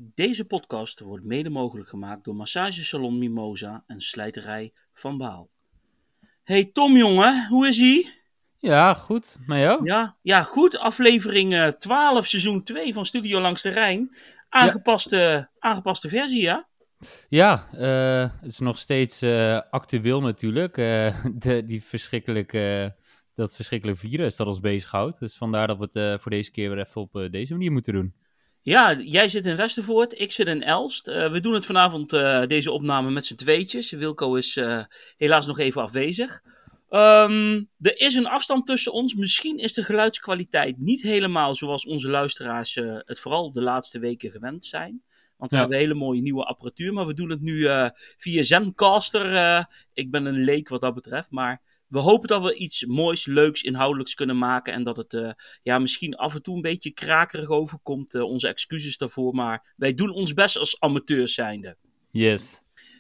Deze podcast wordt mede mogelijk gemaakt door Massagesalon Mimosa en Slijterij Van Baal. Hey Tom jongen, hoe is ie? Ja, goed. Maar jou? Ja, goed. Aflevering 12, seizoen 2 van Studio Langs de Rijn. Ja, Aangepaste versie, ja? ja, het is nog steeds actueel natuurlijk. Dat verschrikkelijke virus dat ons bezighoudt. Dus vandaar dat we het voor deze keer weer even op deze manier moeten doen. Ja, jij zit in Westervoort, ik zit in Elst. We doen het vanavond, deze opname, met z'n tweetjes. Wilco is helaas nog even afwezig. Er is een afstand tussen ons. Misschien is de geluidskwaliteit niet helemaal zoals onze luisteraars het vooral de laatste weken gewend zijn. Want we Ja, hebben hele mooie nieuwe apparatuur, maar we doen het nu via Zencaster. Ik ben een leek wat dat betreft, maar we hopen dat we iets moois, leuks, inhoudelijks kunnen maken. En dat het misschien af en toe een beetje krakerig overkomt. Onze excuses daarvoor, maar wij doen ons best als amateurs zijnde. yes.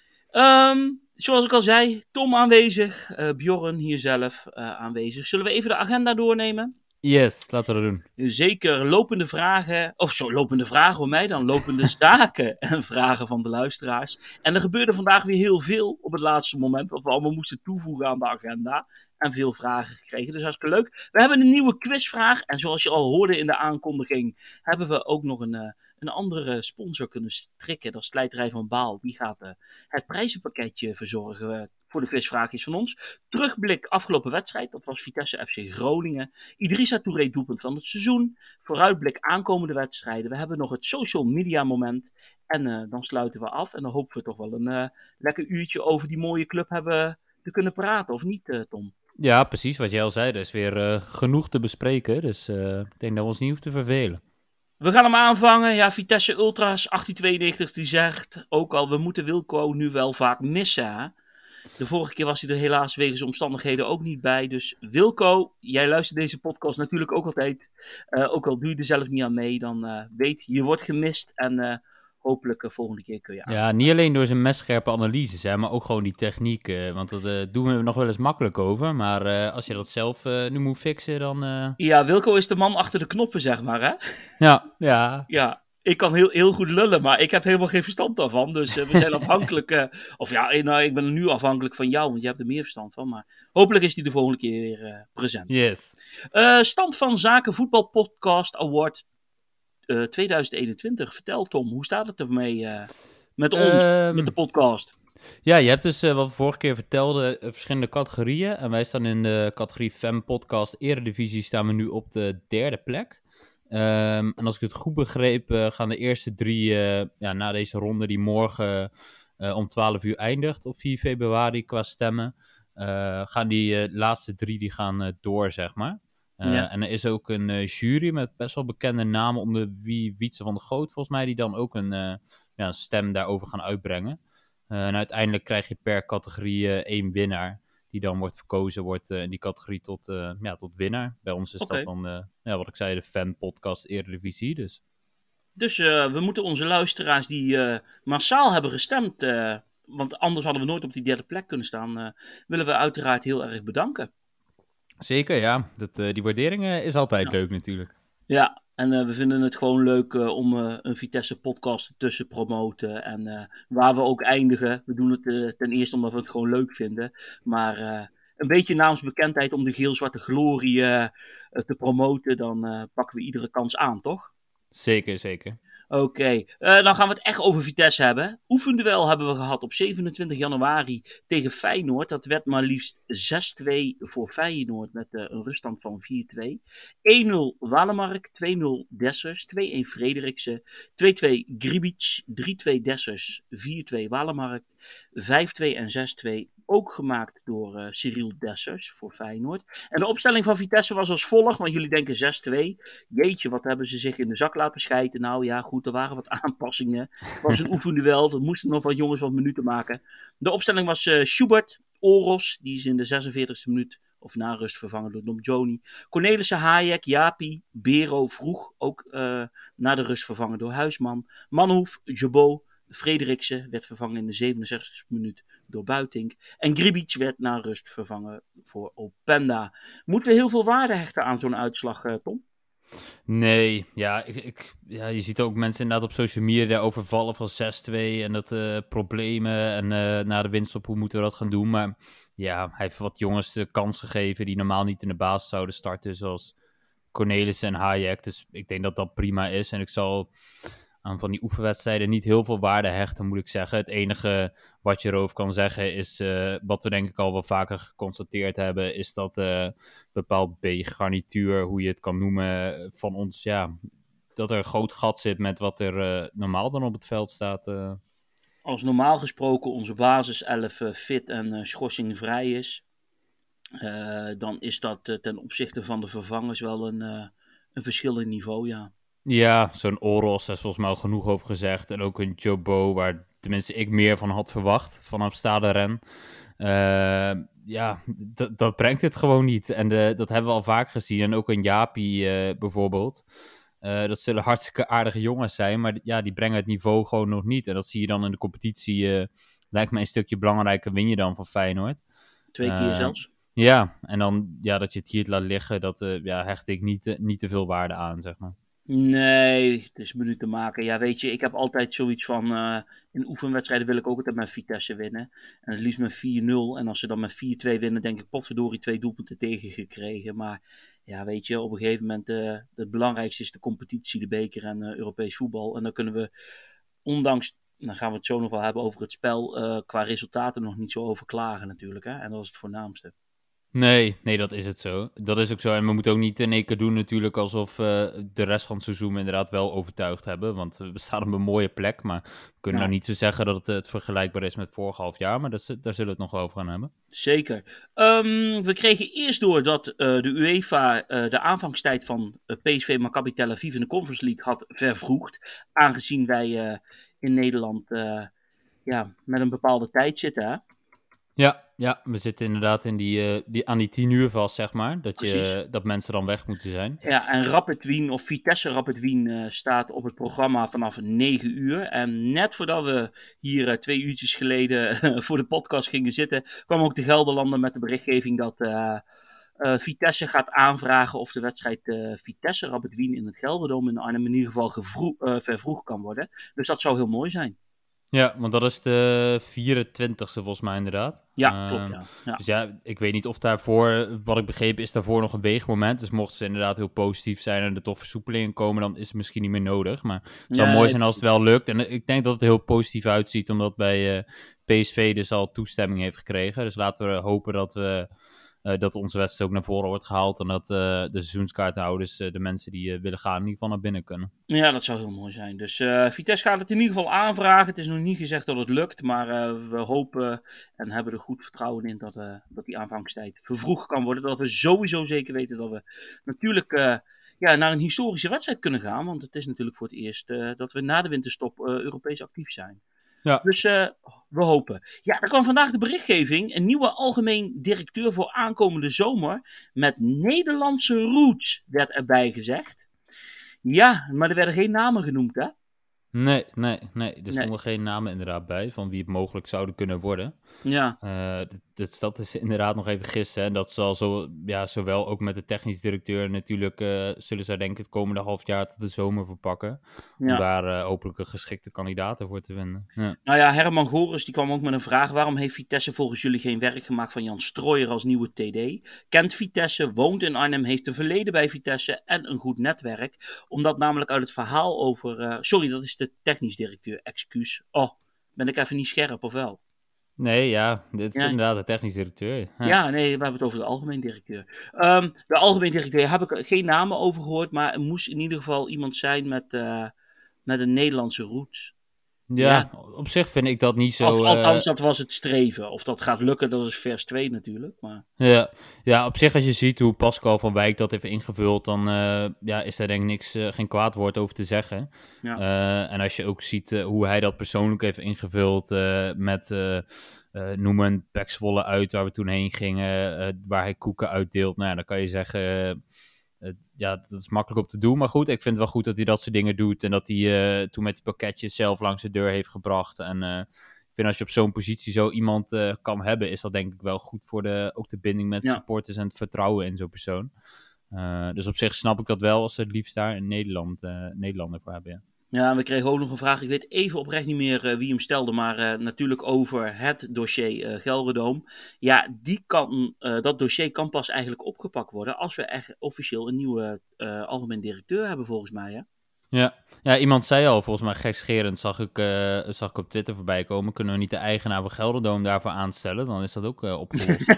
Zoals ik al zei, Tom aanwezig, Bjorn hier zelf aanwezig. Zullen we even de agenda doornemen? Yes, laten we dat doen. Zeker lopende vragen, lopende vragen voor mij dan, lopende zaken en vragen van de luisteraars. En er gebeurde vandaag weer heel veel op het laatste moment, wat we allemaal moesten toevoegen aan de agenda. En veel vragen gekregen, dus hartstikke leuk. We hebben een nieuwe quizvraag en zoals je al hoorde in de aankondiging, hebben we ook nog een andere sponsor kunnen strikken. Dat is Slijterij Van Baal, die gaat het prijzenpakketje verzorgen voor de quizvraagjes van ons. Terugblik afgelopen wedstrijd, dat was Vitesse FC Groningen. Idrissa Touré doelpunt van het seizoen. Vooruitblik aankomende wedstrijden. We hebben nog het social media moment. En dan sluiten we af. En dan hopen we toch wel een lekker uurtje over die mooie club hebben te kunnen praten. Of niet, Tom? Ja, precies wat jij al zei. Er is weer genoeg te bespreken. Dus ik denk dat we ons niet hoeven te vervelen. We gaan hem aanvangen. Ja, Vitesse Ultras 1892 die zegt ook al, we moeten Wilco nu wel vaak missen. Hè? De vorige keer was hij er helaas wegens omstandigheden ook niet bij. Dus Wilco, jij luistert deze podcast natuurlijk ook altijd. Ook al doe je er zelf niet aan mee, dan weet je wordt gemist. En hopelijk volgende keer kun je aan. Ja, niet alleen door zijn messcherpe analyses, hè, maar ook gewoon die techniek. Want dat doen we nog wel eens makkelijk over. Maar als je dat zelf nu moet fixen, dan... Ja, Wilco is de man achter de knoppen, zeg maar, hè? Ja. Ja, ik kan heel goed lullen, maar ik heb helemaal geen verstand daarvan. Dus we zijn afhankelijk. Ik ben nu afhankelijk van jou, want je hebt er meer verstand van. Maar hopelijk is die de volgende keer weer present. Yes. Stand van zaken Voetbal Podcast Award 2021. Vertel Tom, hoe staat het ermee met ons, met de podcast? Ja, je hebt dus, wat we vorige keer vertelden, verschillende categorieën. En wij staan in de categorie Fem Podcast Eredivisie staan we nu op de derde plek. En als ik het goed begreep, gaan de eerste drie na deze ronde die morgen om 12 uur eindigt op 4 februari qua stemmen. Gaan die laatste drie die gaan door, zeg maar. Ja. En er is ook een jury met best wel bekende namen onder wie Wietse van der Goot, volgens mij, die dan ook een stem daarover gaan uitbrengen. En uiteindelijk krijg je per categorie één winnaar, die dan wordt verkozen wordt in die categorie tot winnaar. Bij ons is dat dan, wat ik zei, de fan-podcast Eredivisie. Dus we moeten onze luisteraars die massaal hebben gestemd, want anders hadden we nooit op die derde plek kunnen staan, willen we uiteraard heel erg bedanken. Zeker, ja. Die waardering is altijd Ja. leuk natuurlijk. Ja, en we vinden het gewoon leuk om een Vitesse podcast tussen promoten. En waar we ook eindigen, we doen het ten eerste omdat we het gewoon leuk vinden. Maar een beetje naamsbekendheid om de geel-zwarte glorie te promoten, dan pakken we iedere kans aan, toch? Zeker, zeker. Oké, dan gaan we het echt over Vitesse hebben. Oefenduel hebben we gehad op 27 januari tegen Feyenoord. Dat werd maar liefst 6-2 voor Feyenoord met een ruststand van 4-2. 1-0 Walemark, 2-0 Dessers, 2-1 Frederiksen, 2-2 Gribic, 3-2 Dessers, 4-2 Walemark, 5-2 en 6-2 ook gemaakt door Cyril Dessers voor Feyenoord. En de opstelling van Vitesse was als volgt, want jullie denken 6-2. Jeetje, wat hebben ze zich in de zak laten schijten. Nou ja, goed, er waren wat aanpassingen. Het was een oefenduel, er moesten nog wat jongens wat minuten maken. De opstelling was Schubert, Oros, die is in de 46e minuut of na rust vervangen door Dom Joni. Cornelissen, Hayek, Japi, Bero vroeg, ook na de rust vervangen door Huisman. Manhoef, Jabot, Frederiksen werd vervangen in de 67e minuut door Buitink. En Gribic werd na rust vervangen voor Openda. Moeten we heel veel waarde hechten aan zo'n uitslag, Tom? Nee, ja, ja, je ziet ook mensen inderdaad op social media overvallen van 6-2 en dat problemen en na de winst op hoe moeten we dat gaan doen. Maar ja, hij heeft wat jongens de kans gegeven die normaal niet in de basis zouden starten, zoals Cornelissen en Hayek. Dus ik denk dat dat prima is. En ik zal aan van die oefenwedstrijden niet heel veel waarde hechten, moet ik zeggen. Het enige wat je erover kan zeggen is, wat we denk ik al wel vaker geconstateerd hebben, is dat bepaald B-garnituur, hoe je het kan noemen, van ons, ja, dat er een groot gat zit met wat er normaal dan op het veld staat. Als normaal gesproken onze basiself fit en schorsingvrij is, dan is dat ten opzichte van de vervangers wel een verschil in niveau, ja. Ja, zo'n Oros, daar is volgens mij al genoeg over gezegd. En ook een Jobo, waar tenminste ik meer van had verwacht vanaf Stade Rennes. Ja, dat brengt het gewoon niet. En dat hebben we al vaak gezien. En ook een Japi bijvoorbeeld. Dat zullen hartstikke aardige jongens zijn, maar ja, die brengen het niveau gewoon nog niet. En dat zie je dan in de competitie. Lijkt me een stukje belangrijker, win je dan van Feyenoord. 2 keer zelfs. Ja, en dan dat je het hier laat liggen, dat hecht ik niet te veel waarde aan, zeg maar. Nee, het is minuten maken. Ja, weet je, ik heb altijd zoiets van, in oefenwedstrijden wil ik ook altijd met Vitesse winnen. En het liefst met 4-0. En als ze dan met 4-2 winnen, denk ik, potverdorie, 2 doelpunten tegengekregen. Maar ja, weet je, op een gegeven moment, het belangrijkste is de competitie, de beker en Europees voetbal. En dan kunnen we, ondanks, dan gaan we het zo nog wel hebben over het spel, qua resultaten nog niet zo over klagen natuurlijk. Hè? En dat is het voornaamste. Nee, dat is het zo. Dat is ook zo. En we moeten ook niet in één keer doen natuurlijk alsof de rest van het seizoen inderdaad wel overtuigd hebben. Want we staan op een mooie plek. Maar we kunnen nou niet zo zeggen dat het vergelijkbaar is met vorig half jaar. Maar daar zullen we het nog wel over gaan hebben. Zeker. We kregen eerst door dat de UEFA de aanvangstijd van PSV Maccabi Tel Aviv in de Conference League had vervroegd. Aangezien wij in Nederland met een bepaalde tijd zitten. Hè? Ja, we zitten inderdaad in aan die 10 uur vast, zeg maar. Dat mensen dan weg moeten zijn. Ja, en Rapid Wien of Vitesse Rapid Wien staat op het programma vanaf 9 uur. En net voordat we hier 2 uurtjes geleden voor de podcast gingen zitten, kwam ook de Gelderlander met de berichtgeving dat Vitesse gaat aanvragen of de wedstrijd Vitesse Rapid Wien in het Gelderdoom in Arnhem in ieder geval vervroegd kan worden. Dus dat zou heel mooi zijn. Ja, want dat is de 24e volgens mij inderdaad. Ja, klopt. Ja. Dus ja, ik weet niet of daarvoor, wat ik begrepen, is daarvoor nog een weegmoment. Dus mochten ze inderdaad heel positief zijn en er toch versoepelingen komen, dan is het misschien niet meer nodig. Maar het zou mooi zijn als het wel lukt. En ik denk dat het er heel positief uitziet, omdat bij PSV dus al toestemming heeft gekregen. Dus laten we hopen dat onze wedstrijd ook naar voren wordt gehaald. En dat de seizoenskaarthouders, de mensen die willen gaan, in ieder geval naar binnen kunnen. Ja, dat zou heel mooi zijn. Dus Vitesse gaat het in ieder geval aanvragen. Het is nog niet gezegd dat het lukt. Maar we hopen en hebben er goed vertrouwen in dat die aanvangstijd vervroegd kan worden. Dat we sowieso zeker weten dat we natuurlijk naar een historische wedstrijd kunnen gaan. Want het is natuurlijk voor het eerst dat we na de winterstop Europees actief zijn. Ja. Dus we hopen. Ja, er kwam vandaag de berichtgeving. Een nieuwe algemeen directeur voor aankomende zomer met Nederlandse roots werd erbij gezegd. Ja, maar er werden geen namen genoemd, hè? Nee. Er stonden geen namen inderdaad bij van wie het mogelijk zouden kunnen worden. Ja. Dus dat is inderdaad nog even gissen. En dat zal zowel ook met de technisch directeur natuurlijk zullen zij denk ik het komende half jaar tot de zomer verpakken. Om daar hopelijk een geschikte kandidaten voor te vinden. Ja. Nou ja, Herman Goris die kwam ook met een vraag. Waarom heeft Vitesse volgens jullie geen werk gemaakt van Jan Strooijer als nieuwe TD? Kent Vitesse, woont in Arnhem, heeft een verleden bij Vitesse en een goed netwerk. Omdat namelijk uit het verhaal over... sorry, dat is de technisch directeur, excuus. Oh, ben ik even niet scherp of wel? Nee, ja, dit is inderdaad de technisch directeur. Ja, nee, we hebben het over de algemeen directeur. De algemeen directeur heb ik geen namen over gehoord, maar er moest in ieder geval iemand zijn met een Nederlandse roots. Ja, op zich vind ik dat niet zo... Althans, dat was het streven. Of dat gaat lukken, dat is vers 2 natuurlijk. Maar... Ja, op zich als je ziet hoe Pascal van Wijk dat heeft ingevuld, dan is daar denk ik geen kwaad woord over te zeggen. Ja. En als je ook ziet hoe hij dat persoonlijk heeft ingevuld met... noem een Pek Zwolle uit waar we toen heen gingen, waar hij koeken uitdeelt. Nou ja, dan kan je zeggen... dat is makkelijk op te doen, maar goed, ik vind het wel goed dat hij dat soort dingen doet en dat hij toen met die pakketjes zelf langs de deur heeft gebracht. En ik vind als je op zo'n positie zo iemand kan hebben, is dat denk ik wel goed voor ook de binding met supporters en het vertrouwen in zo'n persoon. Dus op zich snap ik dat wel als ze het liefst daar in Nederlander voor hebben. Ja. Ja, we kregen ook nog een vraag. Ik weet even oprecht niet meer wie hem stelde, maar natuurlijk over het dossier Gelredome. Ja, dat dossier kan pas eigenlijk opgepakt worden als we echt officieel een nieuwe algemeen directeur hebben, volgens mij. Hè? Ja, iemand zei al, volgens mij gekscherend zag ik op Twitter voorbij komen. Kunnen we niet de eigenaar van Gelderdoom daarvoor aanstellen? Dan is dat ook opgelost.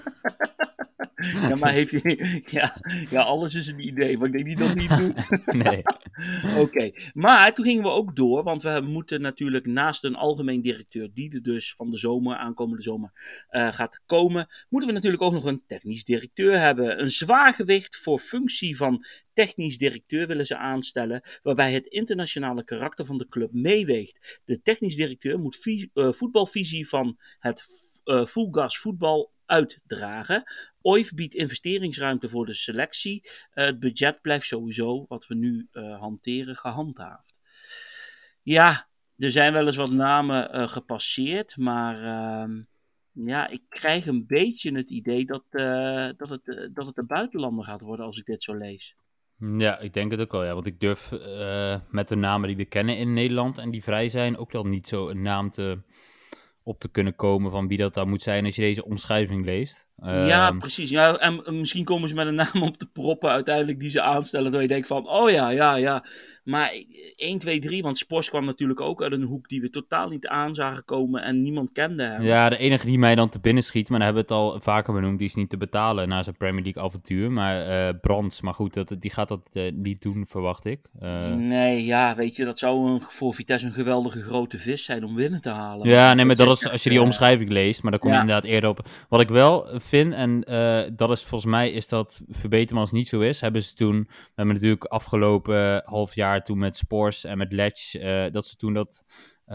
Ja, maar heeft hij... Ja, alles is een idee, maar ik denk niet dat hij het doet. Nee. Oké, maar toen gingen we ook door, want we moeten natuurlijk naast een algemeen directeur, die er dus van de zomer, aankomende zomer, gaat komen, moeten we natuurlijk ook nog een technisch directeur hebben. Een zwaargewicht voor functie van technisch directeur willen ze aanstellen, waarbij het internationale karakter van de club meeweegt. De technisch directeur moet voetbalvisie van het full gas voetbal uitdragen. OIF biedt investeringsruimte voor de selectie. Het budget blijft sowieso, wat we nu hanteren, gehandhaafd. Ja, er zijn wel eens wat namen gepasseerd, maar ja, ik krijg een beetje het idee dat het een buitenlander gaat worden als ik dit zo lees. Ja, ik denk het ook wel, ja. Want ik durf met de namen die we kennen in Nederland en die vrij zijn, ook wel niet zo een naam op te kunnen komen van wie dat dan moet zijn als je deze omschrijving leest. Ja, precies. Ja, en misschien komen ze met een naam op te proppen uiteindelijk die ze aanstellen, dat je denkt van, oh ja. Maar 1, 2, 3, want Spors kwam natuurlijk ook uit een hoek die we totaal niet aan zagen komen en niemand kende hem. Ja, de enige die mij dan te binnen schiet, maar daar hebben we het al vaker benoemd, die is niet te betalen na zijn Premier League avontuur. Maar Brands, maar goed, die gaat dat niet doen, verwacht ik. Nee, ja, weet je, dat zou voor Vitesse een geweldige grote vis zijn om winnen te halen. Ja, nee, maar dat is als je die omschrijving leest, maar daar kom je inderdaad eerder op. Wat ik wel vind, en dat is volgens mij, is dat verbeteren als het niet zo is, hebben ze toen, we hebben natuurlijk afgelopen half jaar toen met Spors en met Letch, dat ze toen dat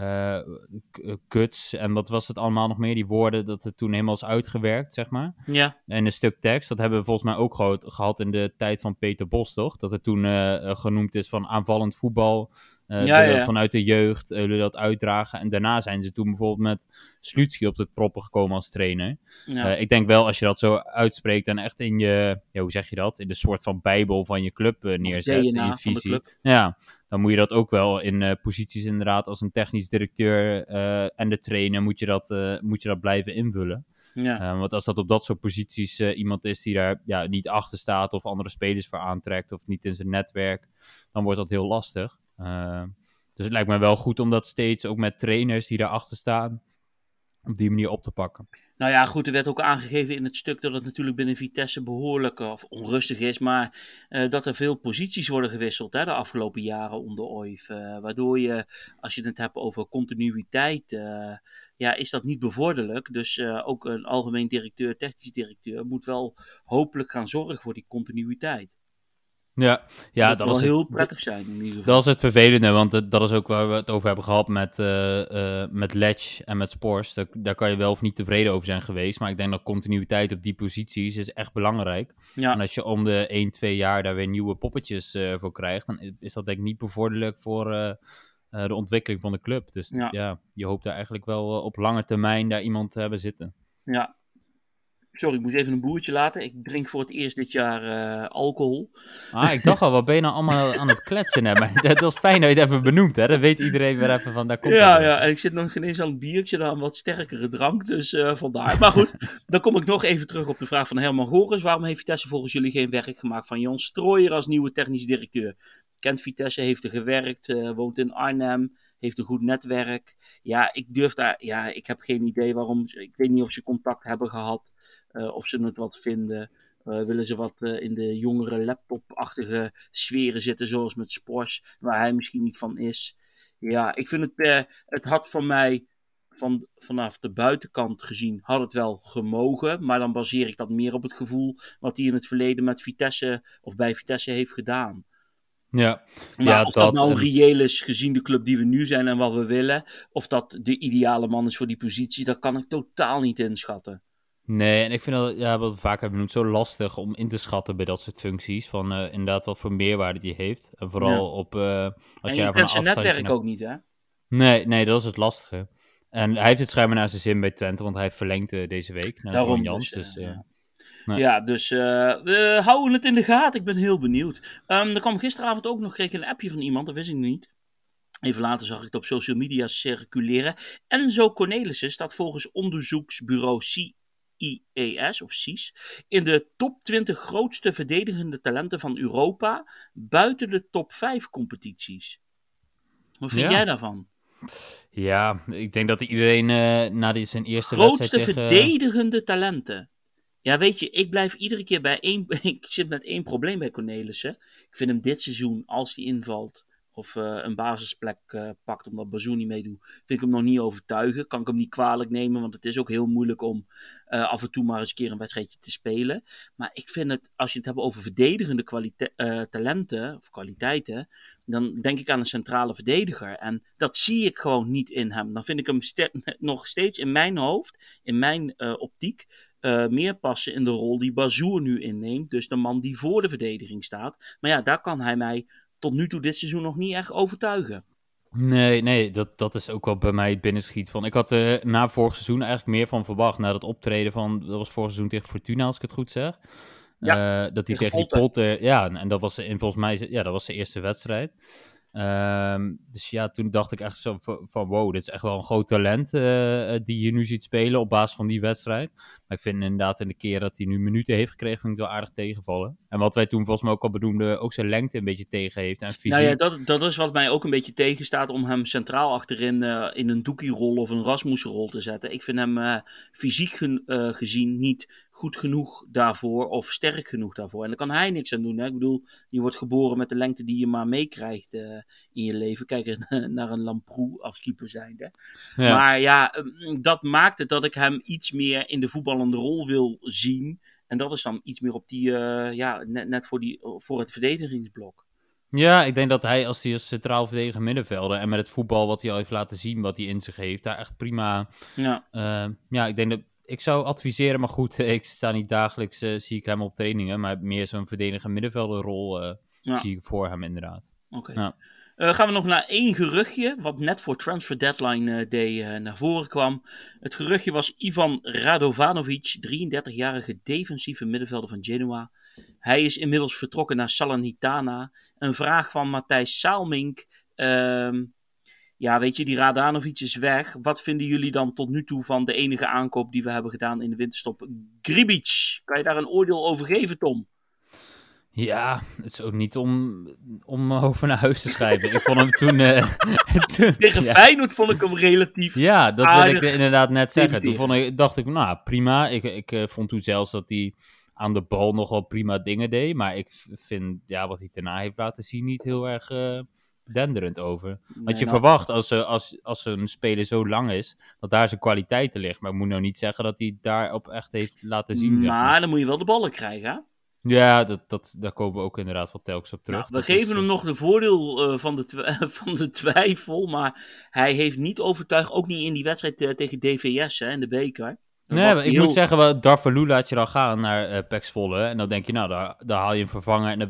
kuts en wat was het allemaal nog meer, die woorden, dat het toen helemaal is uitgewerkt, zeg maar. Ja. En een stuk tekst, dat hebben we volgens mij ook gehad in de tijd van Peter Bos, toch? Dat het toen genoemd is van aanvallend voetbal, vanuit de jeugd, willen dat uitdragen. En daarna zijn ze toen bijvoorbeeld met Slutsky op het proppen gekomen als trainer. Ja. Ik denk wel, als je dat zo uitspreekt en echt in je, hoe zeg je dat? In de soort van bijbel van je club neerzet, in je visie. Ja, dan moet je dat ook wel in posities inderdaad als een technisch directeur en de trainer moet je dat blijven invullen. Ja. Want als dat op dat soort posities iemand is die daar niet achter staat of andere spelers voor aantrekt of niet in zijn netwerk, dan wordt dat heel lastig. Dus het lijkt me wel goed om dat steeds ook met trainers die daarachter staan op die manier op te pakken. Nou ja, goed, er werd ook aangegeven in het stuk dat het natuurlijk binnen Vitesse behoorlijk of onrustig is, maar dat er veel posities worden gewisseld de afgelopen jaren onder OIF. Waardoor je, als je het hebt over continuïteit, is dat niet bevorderlijk. Dus ook een algemeen directeur, technisch directeur moet wel hopelijk gaan zorgen voor die continuïteit. Ja, dat zal heel prettig zijn in ieder geval. Dat is het vervelende, want dat is ook waar we het over hebben gehad met Letch en met Spors. Daar kan je wel of niet tevreden over zijn geweest, maar ik denk dat continuïteit op die posities is echt belangrijk. Ja. En als je om de 1, 2 jaar daar weer nieuwe poppetjes voor krijgt, dan is dat denk ik niet bevorderlijk voor de ontwikkeling van de club. Dus je hoopt daar eigenlijk wel op lange termijn daar iemand te hebben zitten. Ja. Sorry, ik moet even een boertje laten. Ik drink voor het eerst dit jaar alcohol. Ik dacht al, wat ben je nou allemaal aan het kletsen? Hè? Maar dat is fijn dat je het even benoemt, hè? Dan weet iedereen weer even van, daar komt ja, en ik zit nog geen eens aan het biertje, dan wat sterkere drank, dus vandaar. Maar goed, dan kom ik nog even terug op de vraag van Herman Goris. Waarom heeft Vitesse volgens jullie geen werk gemaakt van Jan Strooijer als nieuwe technisch directeur? Kent Vitesse, heeft er gewerkt, woont in Arnhem, heeft een goed netwerk. Ja, ik heb geen idee waarom, ik weet niet of ze contact hebben gehad. Of ze het wat vinden. Willen ze wat in de jongere laptop-achtige sferen zitten, zoals met Spors, waar hij misschien niet van is. Ja, ik vind het had van mij, vanaf de buitenkant gezien, had het wel gemogen. Maar dan baseer ik dat meer op het gevoel wat hij in het verleden met Vitesse of bij Vitesse heeft gedaan. Ja. Maar of dat nou reëel is gezien de club die we nu zijn en wat we willen, of dat de ideale man is voor die positie, dat kan ik totaal niet inschatten. Nee, en ik vind dat, wat we vaak hebben benoemd, zo lastig om in te schatten bij dat soort functies. Van inderdaad wat voor meerwaarde die heeft. En vooral op... als je kent zijn netwerk ook niet, hè? Nee, dat is het lastige. En hij heeft het schijnbaar naar zijn zin bij Twente, want hij verlengt deze week naar Jan Jans. Dus, Nee. Ja, dus we houden het in de gaten. Ik ben heel benieuwd. Er kwam gisteravond ook nog, kreeg ik een appje van iemand, dat wist ik niet. Even later zag ik het op social media circuleren. Enzo Cornelissen staat volgens onderzoeksbureau CIES, of CIS, in de top 20 grootste verdedigende talenten van Europa, buiten de top 5 competities. Wat vind jij daarvan? Ja, ik denk dat iedereen na zijn eerste wedstrijd Grootste tegen... verdedigende talenten. Ja, weet je, ik blijf iedere keer bij één... Ik zit met één probleem bij Cornelissen. Ik vind hem dit seizoen, als hij invalt of een basisplek pakt omdat Bazoer niet meedoet, vind ik hem nog niet overtuigen. Kan ik hem niet kwalijk nemen, want het is ook heel moeilijk om af en toe maar eens een keer een wedstrijdje te spelen. Maar ik vind het, als je het hebt over verdedigende talenten of kwaliteiten, dan denk ik aan een centrale verdediger. En dat zie ik gewoon niet in hem. Dan vind ik hem nog steeds in mijn hoofd, in mijn optiek, meer passen in de rol die Bazoer nu inneemt. Dus de man die voor de verdediging staat. Maar ja, daar kan hij mij tot nu toe dit seizoen nog niet echt overtuigen. Nee, dat is ook wel bij mij het binnenschiet van. Ik had na vorig seizoen eigenlijk meer van verwacht. Na dat optreden van, dat was vorig seizoen tegen Fortuna, als ik het goed zeg. Ja, dat hij tegen die Potter. Potter, ja, en dat was volgens mij, ja, dat was zijn eerste wedstrijd. Dus ja, toen dacht ik echt zo van wow, dit is echt wel een groot talent die je nu ziet spelen op basis van die wedstrijd. Maar ik vind inderdaad in de keer dat hij nu minuten heeft gekregen, vind ik het wel aardig tegenvallen. En wat wij toen volgens mij ook al bedoelden, ook zijn lengte een beetje tegen heeft en fysiek. Nou ja, dat is wat mij ook een beetje tegenstaat om hem centraal achterin in een Doekie-rol of een Rasmussen-rol te zetten. Ik vind hem fysiek gezien niet goed genoeg daarvoor of sterk genoeg daarvoor. En daar kan hij niks aan doen. Hè? Ik bedoel, je wordt geboren met de lengte die je maar meekrijgt in je leven. Kijk naar een Lamproe als keeper zijnde. Ja. Maar ja, dat maakt het dat ik hem iets meer in de voetballende rol wil zien. En dat is dan iets meer op die, net voor het verdedigingsblok. Ja, ik denk dat hij als centraal verdediger middenvelder en met het voetbal wat hij al heeft laten zien, wat hij in zich heeft, daar echt prima... Ja. Ik denk dat... Ik zou adviseren, maar goed, ik sta niet dagelijks, zie ik hem op trainingen, maar meer zo'n verdediger middenvelderrol zie ik voor hem inderdaad. Oké. Ja. Gaan we nog naar één geruchtje, wat net voor Transfer Deadline Day naar voren kwam. Het geruchtje was Ivan Radovanovic, 33-jarige defensieve middenvelder van Genoa. Hij is inmiddels vertrokken naar Salernitana. Een vraag van Matthijs Saalmink. Ja, weet je, die Radanovic is weg. Wat vinden jullie dan tot nu toe van de enige aankoop die we hebben gedaan in de winterstop? Gribic. Kan je daar een oordeel over geven, Tom? Ja, het is ook niet om over naar huis te schrijven. Ik vond hem toen... Tegen Feyenoord vond ik hem relatief Ja, dat aardig. wil ik inderdaad net zeggen. Toen dacht ik, nou prima. Ik vond toen zelfs dat hij aan de bal nog wel prima dingen deed. Maar ik vind, ja, wat hij daarna heeft laten zien, niet heel erg denderend over. Want je verwacht als een speler zo lang is, dat daar zijn kwaliteiten ligt. Maar ik moet nou niet zeggen dat hij daarop echt heeft laten zien. Maar dan moet je wel de ballen krijgen, hè? Ja, daar komen we ook inderdaad wel telkens op terug. Nou, we geven hem nog de voordeel van de twijfel, maar hij heeft niet overtuigd, ook niet in die wedstrijd tegen DVS hè, in de beker. Nee, maar ik moet zeggen, Darvalu laat je dan gaan naar PEC Zwolle. En dan denk je, nou, daar haal je een vervanger en dan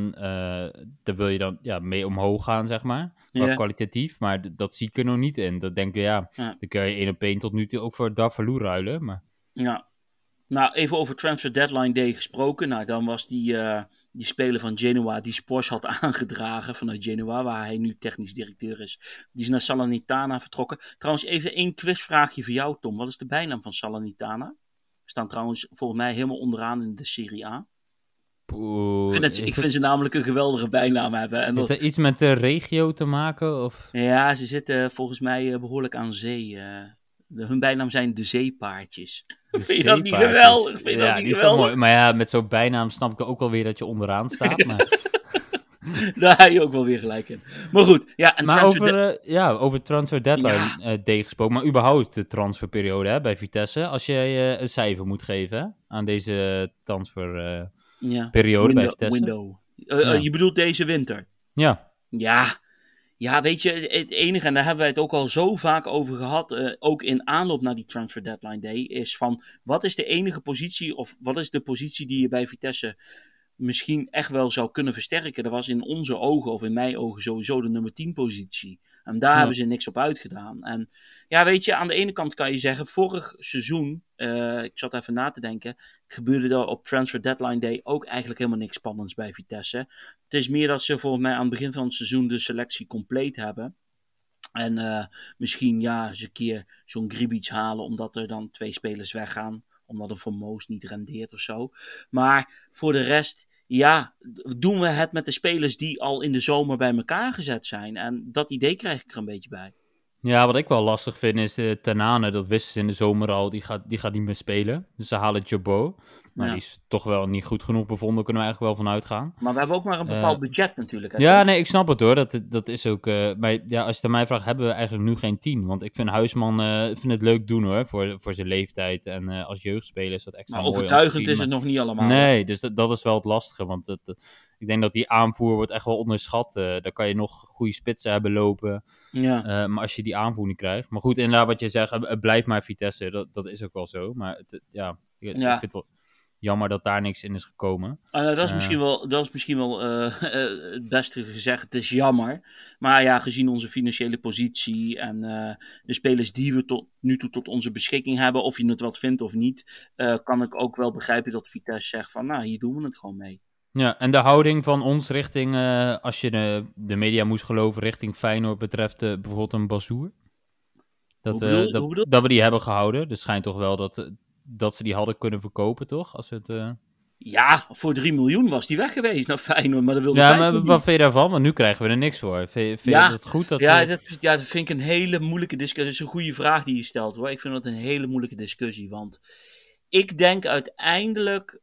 wil je dan mee omhoog gaan, zeg maar. Kwalitatief, maar dat zie ik er nog niet in. Dat denk ik, dan kun je 1-op-1 tot nu toe ook voor Darvalu ruilen. Maar... Ja. Nou, even over Transfer Deadline Day gesproken. Nou, dan was die speler van Genoa die Spors had aangedragen vanuit Genoa, waar hij nu technisch directeur is. Die is naar Salernitana vertrokken. Trouwens, even één quizvraagje voor jou, Tom. Wat is de bijnaam van Salernitana? We staan trouwens volgens mij helemaal onderaan in de Serie A. Ik vind ze namelijk een geweldige bijnaam hebben. En heeft dat iets met de regio te maken? Of? Ja, ze zitten volgens mij behoorlijk aan zee. Hun bijnaam zijn de zeepaardjes. Vind je dat niet geweldig? Die is wel mooi. Maar ja, met zo'n bijnaam snap ik ook wel weer dat je onderaan staat. Maar... Daar heb je ook wel weer gelijk in. Maar goed, ja. En maar over Transfer Deadline Day gesproken, maar überhaupt de transferperiode hè, bij Vitesse. Als je een cijfer moet geven hè, aan deze transferperiode bij Vitesse. Je bedoelt deze winter? Ja. Ja, weet je, het enige, en daar hebben wij het ook al zo vaak over gehad, ook in aanloop naar die Transfer Deadline Day, is van, wat is de enige positie, of wat is de positie die je bij Vitesse misschien echt wel zou kunnen versterken? Dat was in onze ogen, of in mijn ogen, sowieso de nummer 10 positie. En daar hebben ze niks op uitgedaan. En ja, weet je, aan de ene kant kan je zeggen, vorig seizoen, ik zat even na te denken, gebeurde er op Transfer Deadline Day ook eigenlijk helemaal niks spannends bij Vitesse. Het is meer dat ze volgens mij aan het begin van het seizoen de selectie compleet hebben. En misschien eens een keer zo'n Gribic halen, omdat er dan 2 spelers weggaan. Omdat een Formoos niet rendeert of zo. Maar voor de rest, ja, doen we het met de spelers die al in de zomer bij elkaar gezet zijn. En dat idee krijg ik er een beetje bij. Ja, wat ik wel lastig vind is Tanane, dat wisten ze in de zomer al, die gaat niet meer spelen. Dus ze halen Jabo. Nou, Ja. die is toch wel niet goed genoeg bevonden, kunnen we eigenlijk wel van uitgaan. Maar we hebben ook maar een bepaald budget natuurlijk. Ja, nee, ik snap het hoor. Dat is ook. Maar ja, als je het aan mij vraagt, hebben we eigenlijk nu geen 10. Want ik vind Huisman vind het leuk doen hoor, voor zijn leeftijd. En als jeugdspeler is dat extra Maar mooi om te overtuigend zien, is het nog niet allemaal. Nee, dus dat is wel het lastige. Want ik denk dat die aanvoer wordt echt wel onderschat. Daar kan je nog goede spitsen hebben lopen. Ja. Maar als je die aanvoer niet krijgt. Maar goed, inderdaad wat je zegt, het blijft maar Vitesse. Dat is ook wel zo. Maar ik vind het wel jammer dat daar niks in is gekomen. Dat is misschien wel het beste gezegd. Het is jammer. Maar ja, gezien onze financiële positie en de spelers die we tot nu toe tot onze beschikking hebben, of je het wat vindt of niet, kan ik ook wel begrijpen dat Vitesse zegt van, nou, hier doen we het gewoon mee. Ja, en de houding van ons richting, als je de media moest geloven, richting Feyenoord betreft bijvoorbeeld een Bazoer. Dat we die hebben gehouden. Dus schijnt toch wel dat ze die hadden kunnen verkopen, toch? Als het... Ja, voor 3 miljoen was die weg geweest naar Feyenoord, maar dat wilde Feyenoord niet. Wat vind je daarvan? Want nu krijgen we er niks voor. Vind je het goed dat dat vind ik een hele moeilijke discussie. Dat is een goede vraag die je stelt, hoor. Ik vind dat een hele moeilijke discussie, want ik denk uiteindelijk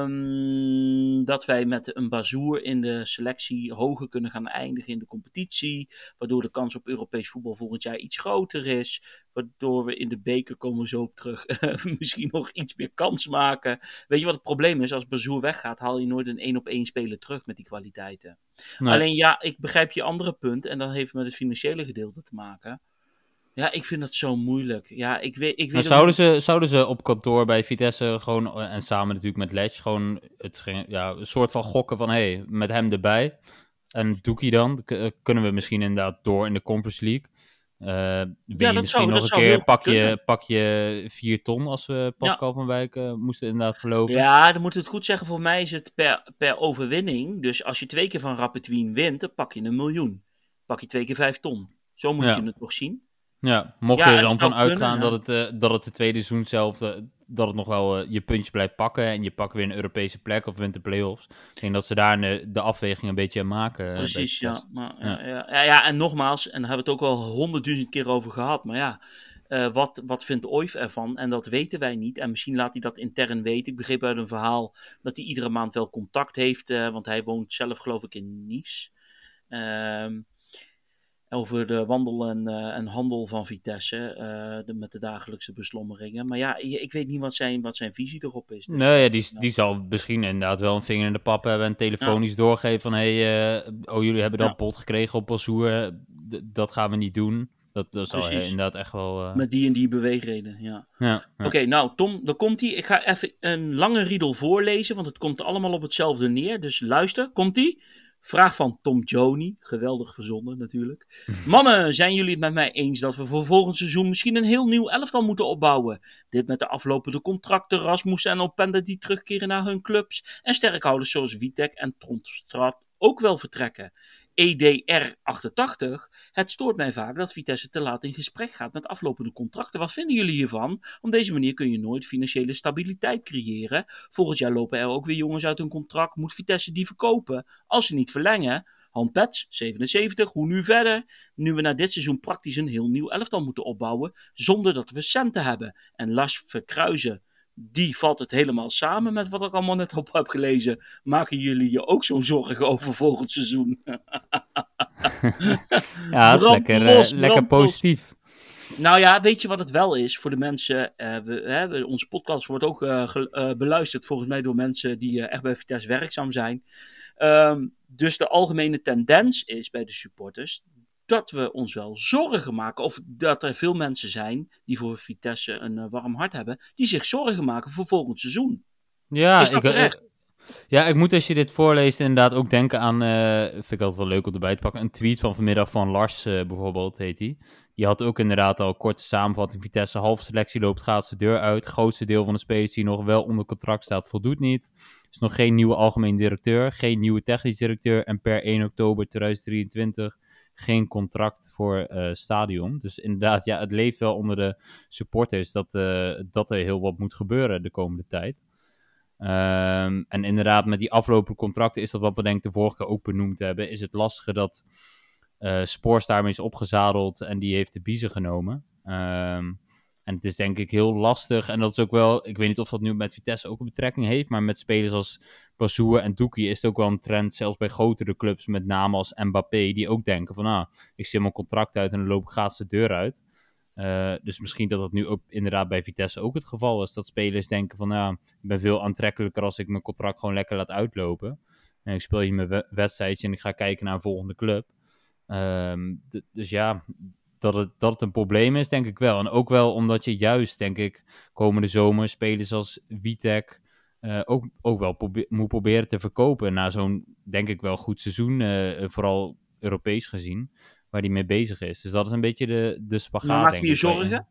dat wij met een Bazoer in de selectie hoger kunnen gaan eindigen in de competitie. Waardoor de kans op Europees voetbal volgend jaar iets groter is. Waardoor we in de beker, komen we zo op terug, misschien nog iets meer kans maken. Weet je wat het probleem is? Als Bazoer weggaat, haal je nooit een 1-op-1 speler terug met die kwaliteiten. Nee. Alleen ja, ik begrijp je andere punt. En dat heeft met het financiële gedeelte te maken. Ja, ik vind dat zo moeilijk. Ja, ik weet zouden ze op kantoor bij Vitesse gewoon, en samen natuurlijk met Ledge, gewoon een soort van gokken van, hey, met hem erbij. En Doekie dan, kunnen we misschien inderdaad door in de Conference League. Misschien nog een keer, pak je 4 ton als we Pascal van Wijk moesten inderdaad geloven. Ja, dan moet het goed zeggen, voor mij is het per overwinning. Dus als je 2 keer van Rapid Wien wint, dan pak je 1 miljoen. Pak je 2 keer 5 ton. Zo moet je het toch zien. Ja, mocht je er dan van uitgaan dat het de tweede seizoen zelf, dat het nog wel je puntje blijft pakken en je pakt weer een Europese plek of wint de play-offs. Ik denk dat ze daar de afweging een beetje maken. Precies, ja. Maar, en nogmaals, en daar hebben we het ook al 100.000 keer over gehad, maar ja, wat vindt Oif ervan? En dat weten wij niet. En misschien laat hij dat intern weten. Ik begreep uit een verhaal dat hij iedere maand wel contact heeft, want hij woont zelf geloof ik in Nice. Over de wandel en handel van Vitesse, met de dagelijkse beslommeringen. Maar ja, ik weet niet wat zijn visie erop is. Dus, nee, die zal misschien inderdaad wel een vinger in de pap hebben en telefonisch doorgeven van, jullie hebben dat pot gekregen op Bazoer, dat gaan we niet doen. Dat zal inderdaad echt wel... Met die en die beweegreden, ja. Oké, nou Tom, daar komt hij. Ik ga even een lange riedel voorlezen, want het komt allemaal op hetzelfde neer. Dus luister, komt-ie. Vraag van Tom Joni, geweldig verzonnen natuurlijk. Mannen, zijn jullie het met mij eens dat we voor volgend seizoen misschien een heel nieuw elftal moeten opbouwen? Dit met de aflopende contracten, Rasmussen en Openda die terugkeren naar hun clubs en sterkhouders zoals Witek en Trondstraat ook wel vertrekken. EDR88, het stoort mij vaak dat Vitesse te laat in gesprek gaat met aflopende contracten. Wat vinden jullie hiervan? Op deze manier kun je nooit financiële stabiliteit creëren. Volgend jaar lopen er ook weer jongens uit hun contract. Moet Vitesse die verkopen? Als ze niet verlengen... Han Pets, 77, hoe nu verder? Nu we na dit seizoen praktisch een heel nieuw elftal moeten opbouwen, zonder dat we centen hebben. En Lars Verkruijzen, die valt het helemaal samen met wat ik allemaal net op heb gelezen. Maken jullie je ook zo'n zorgen over volgend seizoen? Ja, dat is lekker positief. Nou ja, weet je wat het wel is voor de mensen? Onze podcast wordt ook beluisterd volgens mij door mensen die echt bij Vitesse werkzaam zijn. Dus de algemene tendens is bij de supporters dat we ons wel zorgen maken. Of dat er veel mensen zijn die voor Vitesse een warm hart hebben. Die zich zorgen maken voor volgend seizoen. Ja, is dat terecht? Ja, ik moet als je dit voorleest inderdaad ook denken aan, vind ik altijd wel leuk om erbij te pakken, een tweet van vanmiddag van Lars bijvoorbeeld, heet hij. Die had ook inderdaad al korte samenvatting. Vitesse, halve selectie loopt, gaat zijn deur uit. Het grootste deel van de spelers die nog wel onder contract staat, voldoet niet. Er is nog geen nieuwe algemeen directeur, geen nieuwe technisch directeur en per 1 oktober 2023 geen contract voor stadion. Dus inderdaad, ja, het leeft wel onder de supporters dat er heel wat moet gebeuren de komende tijd. En inderdaad, met die aflopende contracten is dat wat we denk ik de vorige keer ook benoemd hebben. Is het lastige dat Spoors daarmee is opgezadeld en die heeft de biezen genomen. En het is denk ik heel lastig. En dat is ook wel, ik weet niet of dat nu met Vitesse ook een betrekking heeft. Maar met spelers als Bazoer en Doekie is het ook wel een trend. Zelfs bij grotere clubs, met name als Mbappé. Die ook denken van, ik zit mijn contract uit en dan loop ik graag de deur uit. Dus misschien dat nu ook inderdaad bij Vitesse ook het geval is. Dat spelers denken van, ik ben veel aantrekkelijker als ik mijn contract gewoon lekker laat uitlopen. En ik speel hier mijn wedstrijdje en ik ga kijken naar een volgende club. Dus ja, dat het een probleem is, denk ik wel. En ook wel omdat je juist, denk ik, komende zomer spelers als Witek ook wel moet proberen te verkopen. Na zo'n, denk ik wel, goed seizoen, vooral Europees gezien, waar hij mee bezig is. Dus dat is een beetje de Maar spagaat, maak je denk je ik. zorgen?